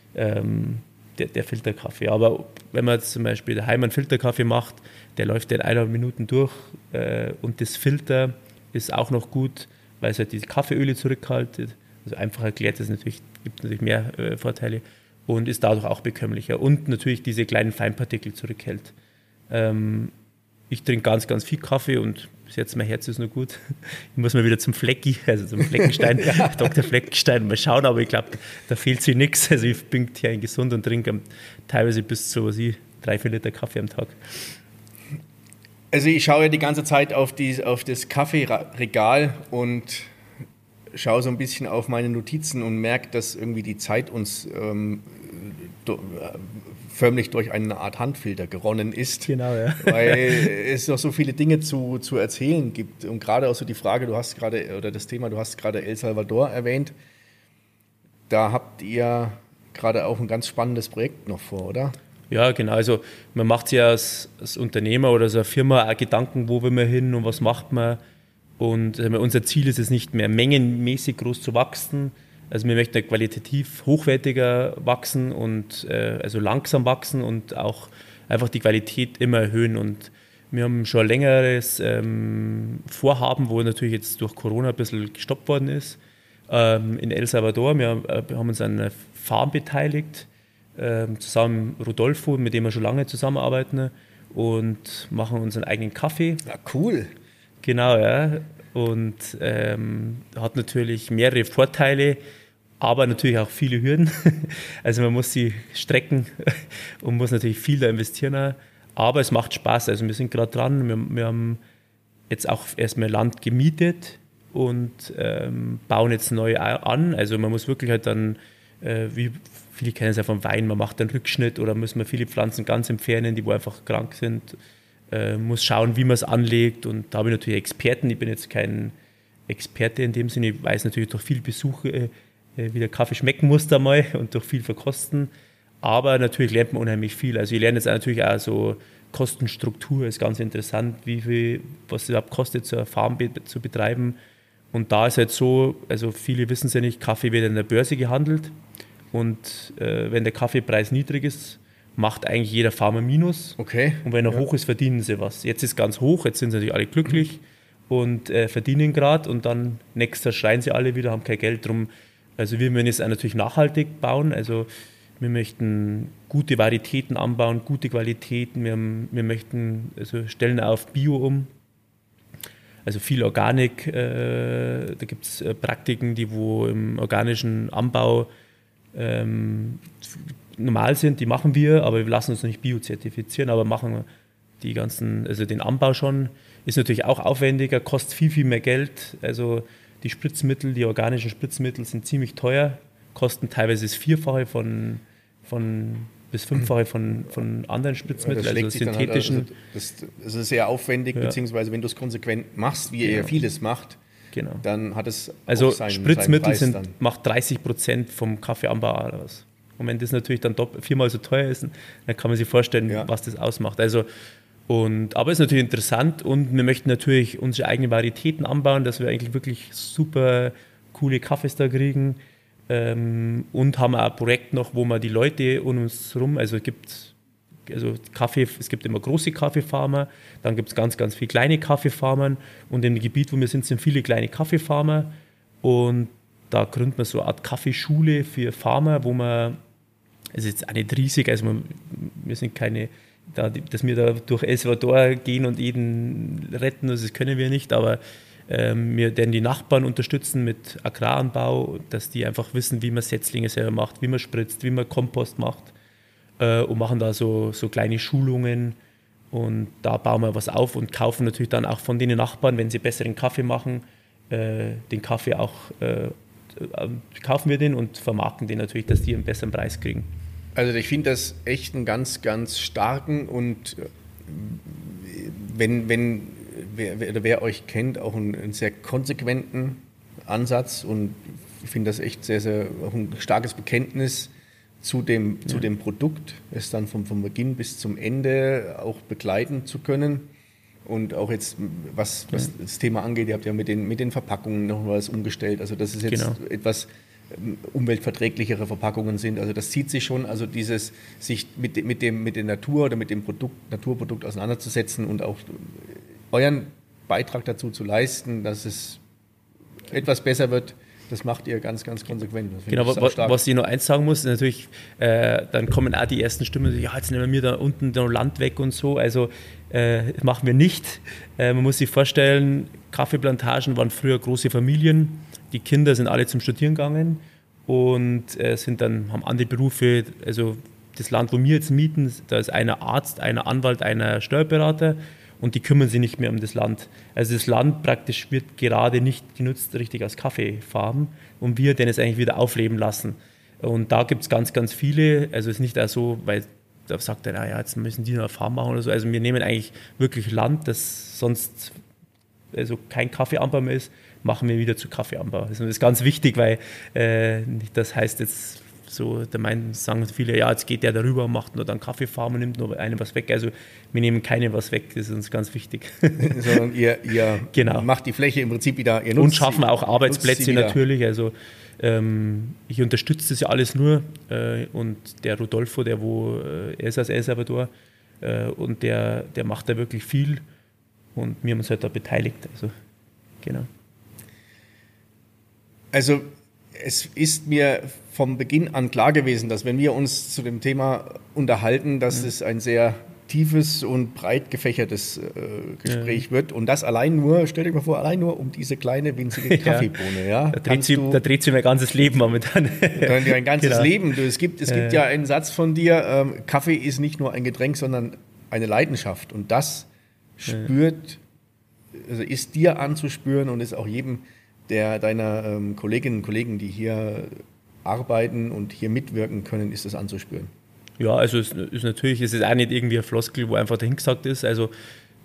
[SPEAKER 3] Ähm, der, der Filterkaffee. Aber wenn man jetzt zum Beispiel daheim einen Filterkaffee macht, der läuft in eineinhalb Minuten durch äh, und das Filter ist auch noch gut, weil es halt diese Kaffeeöle zurückhaltet. Also einfach erklärt, es natürlich, gibt natürlich mehr äh, Vorteile und ist dadurch auch bekömmlicher und natürlich diese kleinen Feinpartikel zurückhält. Ähm, ich trinke ganz, ganz viel Kaffee und bis jetzt mein Herz ist nur gut. Ich muss mal wieder zum Flecki, also zum Fleckenstein, ja. Doktor Fleckenstein, mal schauen, aber ich glaube, da fehlt sich nichts. Also ich bin hier gesund und trinke teilweise bis zu was ich, drei, vier Liter Kaffee am Tag.
[SPEAKER 1] Also ich schaue ja die ganze Zeit auf, die, auf das Kaffeeregal und schaue so ein bisschen auf meine Notizen und merke, dass irgendwie die Zeit uns ähm, do, äh, förmlich durch eine Art Handfilter geronnen ist.
[SPEAKER 3] Genau, ja.
[SPEAKER 1] Weil es noch so viele Dinge zu, zu erzählen gibt. Und gerade auch so die Frage, du hast gerade, oder das Thema, du hast gerade El Salvador erwähnt. Da habt ihr gerade auch ein ganz spannendes Projekt noch vor, oder?
[SPEAKER 3] Ja, genau. Also man macht sich ja als, als Unternehmer oder so eine Firma auch Gedanken, wo will man hin und was macht man. Und also unser Ziel ist es nicht mehr mengenmäßig groß zu wachsen. Also wir möchten qualitativ hochwertiger wachsen und äh, also langsam wachsen und auch einfach die Qualität immer erhöhen. Und wir haben schon ein längeres ähm, Vorhaben, wo natürlich jetzt durch Corona ein bisschen gestoppt worden ist, ähm, in El Salvador. Wir, äh, wir haben uns an einer Farm beteiligt, äh, zusammen mit Rodolfo, mit dem wir schon lange zusammenarbeiten und machen unseren eigenen Kaffee.
[SPEAKER 1] Ja, cool.
[SPEAKER 3] Genau, ja. Und ähm, hat natürlich mehrere Vorteile, aber natürlich auch viele Hürden. Also man muss sie strecken und muss natürlich viel da investieren. Aber es macht Spaß. Also wir sind gerade dran. Wir, wir haben jetzt auch erstmal Land gemietet und ähm, bauen jetzt neu an. Also man muss wirklich halt dann, äh, wie viele kennen es ja vom Wein, man macht einen Rückschnitt oder muss man viele Pflanzen ganz entfernen, die wo einfach krank sind. Äh, muss schauen, wie man es anlegt. Und da habe ich natürlich Experten. Ich bin jetzt kein Experte in dem Sinne. Ich weiß natürlich durch viele Besuche, wie der Kaffee schmecken muss da mal und durch viel verkosten. Aber natürlich lernt man unheimlich viel. Also ich lerne jetzt auch natürlich auch so Kostenstruktur, ist ganz interessant, wie viel, was es überhaupt kostet, so eine Farm be- zu betreiben. Und da ist halt so, also viele wissen es ja nicht, Kaffee wird an der Börse gehandelt. Und äh, wenn der Kaffeepreis niedrig ist, macht eigentlich jeder Farmer Minus.
[SPEAKER 1] Okay.
[SPEAKER 3] Und wenn er ja. hoch ist, verdienen sie was. Jetzt ist es ganz hoch, jetzt sind sie natürlich alle glücklich mhm. und äh, verdienen gerade. Und dann nächster schreien sie alle wieder, haben kein Geld drum. Also wir müssen jetzt auch natürlich nachhaltig bauen. Also wir möchten gute Varietäten anbauen, gute Qualitäten. Wir, haben, wir möchten, also stellen auf Bio um. Also viel Organik. Äh, da gibt es äh, Praktiken, die wo im organischen Anbau ähm, normal sind, die machen wir, aber wir lassen uns noch nicht biozertifizieren, aber machen die ganzen, also den Anbau schon. Ist natürlich auch aufwendiger, kostet viel, viel mehr Geld. Also die Spritzmittel, die organischen Spritzmittel sind ziemlich teuer, kosten teilweise das Vierfache von, von bis Fünffache von, von anderen Spritzmitteln,
[SPEAKER 1] ja,
[SPEAKER 3] also synthetischen.
[SPEAKER 1] Halt, also das, das ist sehr aufwendig, ja. beziehungsweise wenn du es konsequent machst, wie genau. ihr vieles macht,
[SPEAKER 3] genau.
[SPEAKER 1] dann hat es
[SPEAKER 3] also
[SPEAKER 1] auch seinen,
[SPEAKER 3] Spritzmittel
[SPEAKER 1] seinen
[SPEAKER 3] sind, macht dreißig Prozent vom Kaffeeanbau aus. Und wenn das natürlich dann dopp- viermal so teuer ist, dann kann man sich vorstellen, ja. was das ausmacht. Also, und, aber es ist natürlich interessant und wir möchten natürlich unsere eigenen Varietäten anbauen, dass wir eigentlich wirklich super coole Kaffees da kriegen. Ähm, und haben auch ein Projekt noch, wo man die Leute um uns herum, also es gibt, also Kaffee, es gibt immer große Kaffeefarmer, dann gibt es ganz, ganz viele kleine Kaffeefarmer und in dem Gebiet, wo wir sind, sind viele kleine Kaffeefarmer und da gründet man so eine Art Kaffeeschule für Farmer, wo man, es ist jetzt auch nicht riesig, also man, wir sind keine, da, dass wir da durch El Salvador gehen und jeden retten, also das können wir nicht, aber ähm, wir werden die Nachbarn unterstützen mit Agraranbau, dass die einfach wissen, wie man Setzlinge selber macht, wie man spritzt, wie man Kompost macht äh, und machen da so, so kleine Schulungen und da bauen wir was auf und kaufen natürlich dann auch von den Nachbarn, wenn sie besseren Kaffee machen, äh, den Kaffee auch äh, kaufen wir den und vermarkten den natürlich, dass die einen besseren Preis kriegen.
[SPEAKER 1] Also ich finde das echt einen ganz, ganz starken und wenn, wenn wer, wer, wer euch kennt, auch einen, einen sehr konsequenten Ansatz und ich finde das echt sehr, sehr auch ein starkes Bekenntnis zu dem, ja. zu dem Produkt, es dann vom, vom Beginn bis zum Ende auch begleiten zu können. Und auch jetzt, was, was ja. das Thema angeht, ihr habt ja mit den, mit den Verpackungen noch was umgestellt. Also dass es jetzt genau. etwas umweltverträglichere Verpackungen sind. Also das zieht sich schon, also dieses sich mit, mit, dem, mit der Natur oder mit dem Produkt, Naturprodukt auseinanderzusetzen und auch euren Beitrag dazu zu leisten, dass es etwas besser wird. Das macht ihr ganz, ganz konsequent.
[SPEAKER 3] Genau, was, was ich noch eins sagen muss, ist natürlich, äh, dann kommen auch die ersten Stimmen, ja, jetzt nehmen wir da unten das Land weg und so. Also äh, machen wir nicht. Äh, man muss sich vorstellen, Kaffeeplantagen waren früher große Familien. Die Kinder sind alle zum Studieren gegangen und äh, sind dann, haben andere Berufe. Also das Land, wo wir jetzt mieten, da ist einer Arzt, einer Anwalt, einer Steuerberater. Und die kümmern sich nicht mehr um das Land. Also das Land praktisch wird gerade nicht genutzt richtig als Kaffeefarm und wir den es eigentlich wieder aufleben lassen. Und da gibt es ganz, ganz viele, also es ist nicht auch so, weil da sagt er, naja, jetzt müssen die noch eine Farm machen oder so. Also wir nehmen eigentlich wirklich Land, das sonst also kein Kaffeeanbau mehr ist, machen wir wieder zu Kaffeeanbau. Also das ist ganz wichtig, weil äh, nicht das heißt jetzt, so, da meinen, sagen viele, ja, jetzt geht der darüber und macht nur dann Kaffeefarm und nimmt nur einem was weg. Also wir nehmen keinem was weg, das ist uns ganz wichtig.
[SPEAKER 1] Sondern ihr, ihr genau. macht die Fläche im Prinzip wieder, ihr nutzt
[SPEAKER 3] und schaffen auch Arbeitsplätze natürlich. Also ähm, ich unterstütze das ja alles nur äh, und der Rodolfo, der wo, äh, er ist aus El Salvador äh, und der, der macht da wirklich viel und wir haben uns halt da beteiligt. Also genau.
[SPEAKER 1] Also es ist mir vom Beginn an klar gewesen, dass wenn wir uns zu dem Thema unterhalten, dass ja. es ein sehr tiefes und breit gefächertes äh, Gespräch ja. wird. Und das allein nur, stell dir mal vor, allein nur um diese kleine, winzige Kaffeebohne. Ja.
[SPEAKER 3] Ja. Da, dreht sie, du, da dreht sich mein ganzes Leben momentan.
[SPEAKER 1] Dein ganzes genau. Leben. Du, es gibt, es ja. gibt ja einen Satz von dir, ähm, Kaffee ist nicht nur ein Getränk, sondern eine Leidenschaft. Und das spürt, also ist dir anzuspüren und ist auch jedem der deiner ähm, Kolleginnen und Kollegen, die hier arbeiten und hier mitwirken können, ist das anzuspüren.
[SPEAKER 3] Ja, also es ist natürlich, es ist auch nicht irgendwie ein Floskel, wo einfach dahingesagt ist. Also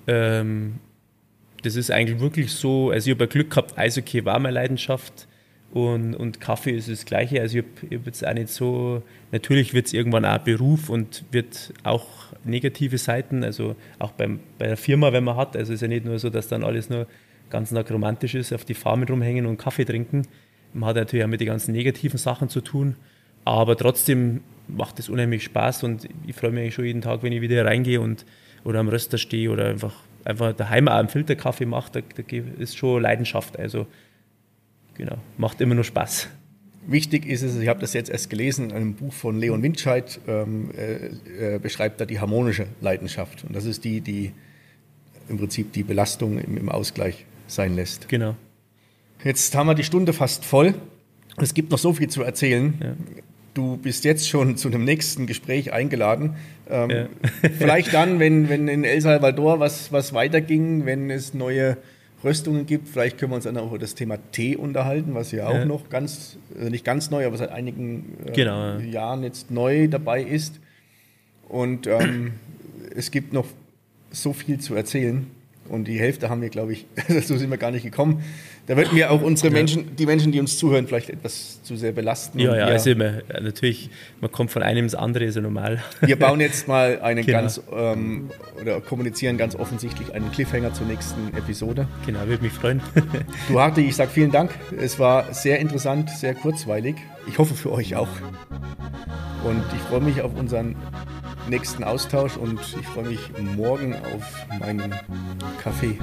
[SPEAKER 3] ähm, das ist eigentlich wirklich so, also ich habe Glück gehabt, Eishockey war meine Leidenschaft Und, und Kaffee ist das Gleiche. Also ich habe hab jetzt auch nicht so, natürlich wird es irgendwann auch Beruf und wird auch negative Seiten, also auch beim, bei der Firma, wenn man hat. Also es ist ja nicht nur so, dass dann alles nur ganz nach romantisch ist, auf die Farmen rumhängen und Kaffee trinken. Man hat natürlich auch mit den ganzen negativen Sachen zu tun, aber trotzdem macht es unheimlich Spaß und ich freue mich eigentlich schon jeden Tag, wenn ich wieder reingehe und oder am Röster stehe oder einfach, einfach daheim auch einen Filterkaffee mache, da, da ist schon Leidenschaft. Also genau, macht immer nur Spaß.
[SPEAKER 1] Wichtig ist es, ich habe das jetzt erst gelesen, in einem Buch von Leon Windscheid, ähm, äh, beschreibt er die harmonische Leidenschaft. Und das ist die, die im Prinzip die Belastung im, im Ausgleich sein lässt.
[SPEAKER 3] Genau.
[SPEAKER 1] Jetzt haben wir die Stunde fast voll. Es gibt noch so viel zu erzählen.
[SPEAKER 3] Ja.
[SPEAKER 1] Du bist jetzt schon zu einem nächsten Gespräch eingeladen. Ähm,
[SPEAKER 3] Ja.
[SPEAKER 1] Vielleicht dann, wenn, wenn in El Salvador was, was weiterging, wenn es neue Röstungen gibt. Vielleicht können wir uns dann auch über das Thema Tee unterhalten, was ja auch
[SPEAKER 3] Ja.
[SPEAKER 1] noch ganz, also nicht ganz neu, aber seit einigen äh,
[SPEAKER 3] Genau, ja.
[SPEAKER 1] Jahren jetzt neu dabei ist. Und ähm, es gibt noch so viel zu erzählen. Und die Hälfte haben wir, glaube ich, so sind wir gar nicht gekommen. Da würden wir auch unsere Menschen, die Menschen, die uns zuhören, vielleicht etwas zu sehr belasten.
[SPEAKER 3] Ja,
[SPEAKER 1] Und
[SPEAKER 3] ja,
[SPEAKER 1] wir,
[SPEAKER 3] also immer, natürlich, man kommt von einem ins andere, ist ja normal.
[SPEAKER 1] wir bauen jetzt mal einen
[SPEAKER 3] Genau.
[SPEAKER 1] ganz, ähm, oder kommunizieren ganz offensichtlich einen Cliffhanger zur nächsten Episode.
[SPEAKER 3] Genau, würde mich freuen.
[SPEAKER 1] Du Harti, ich sage vielen Dank. Es war sehr interessant, sehr kurzweilig. Ich hoffe für euch auch. Und ich freue mich auf unseren nächsten Austausch und ich freue mich morgen auf meinen Kaffee.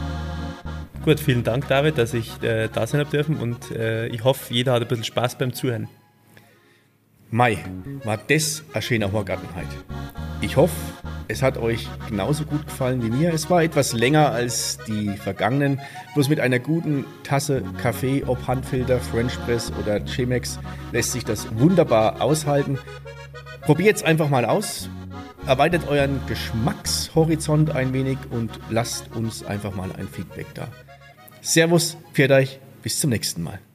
[SPEAKER 3] Gut, vielen Dank, David, dass ich äh, da sein habe dürfen und äh, ich hoffe, jeder hat ein bisschen Spaß beim Zuhören.
[SPEAKER 1] Mai, war das eine schöne Horgartenheit. Ich hoffe, es hat euch genauso gut gefallen wie mir. Es war etwas länger als die vergangenen. Bloß mit einer guten Tasse Kaffee, ob Handfilter, French Press oder Chemex, lässt sich das wunderbar aushalten. Probiert es einfach mal aus. Erweitert euren Geschmackshorizont ein wenig und lasst uns einfach mal ein Feedback da. Servus, pfiat euch, bis zum nächsten Mal.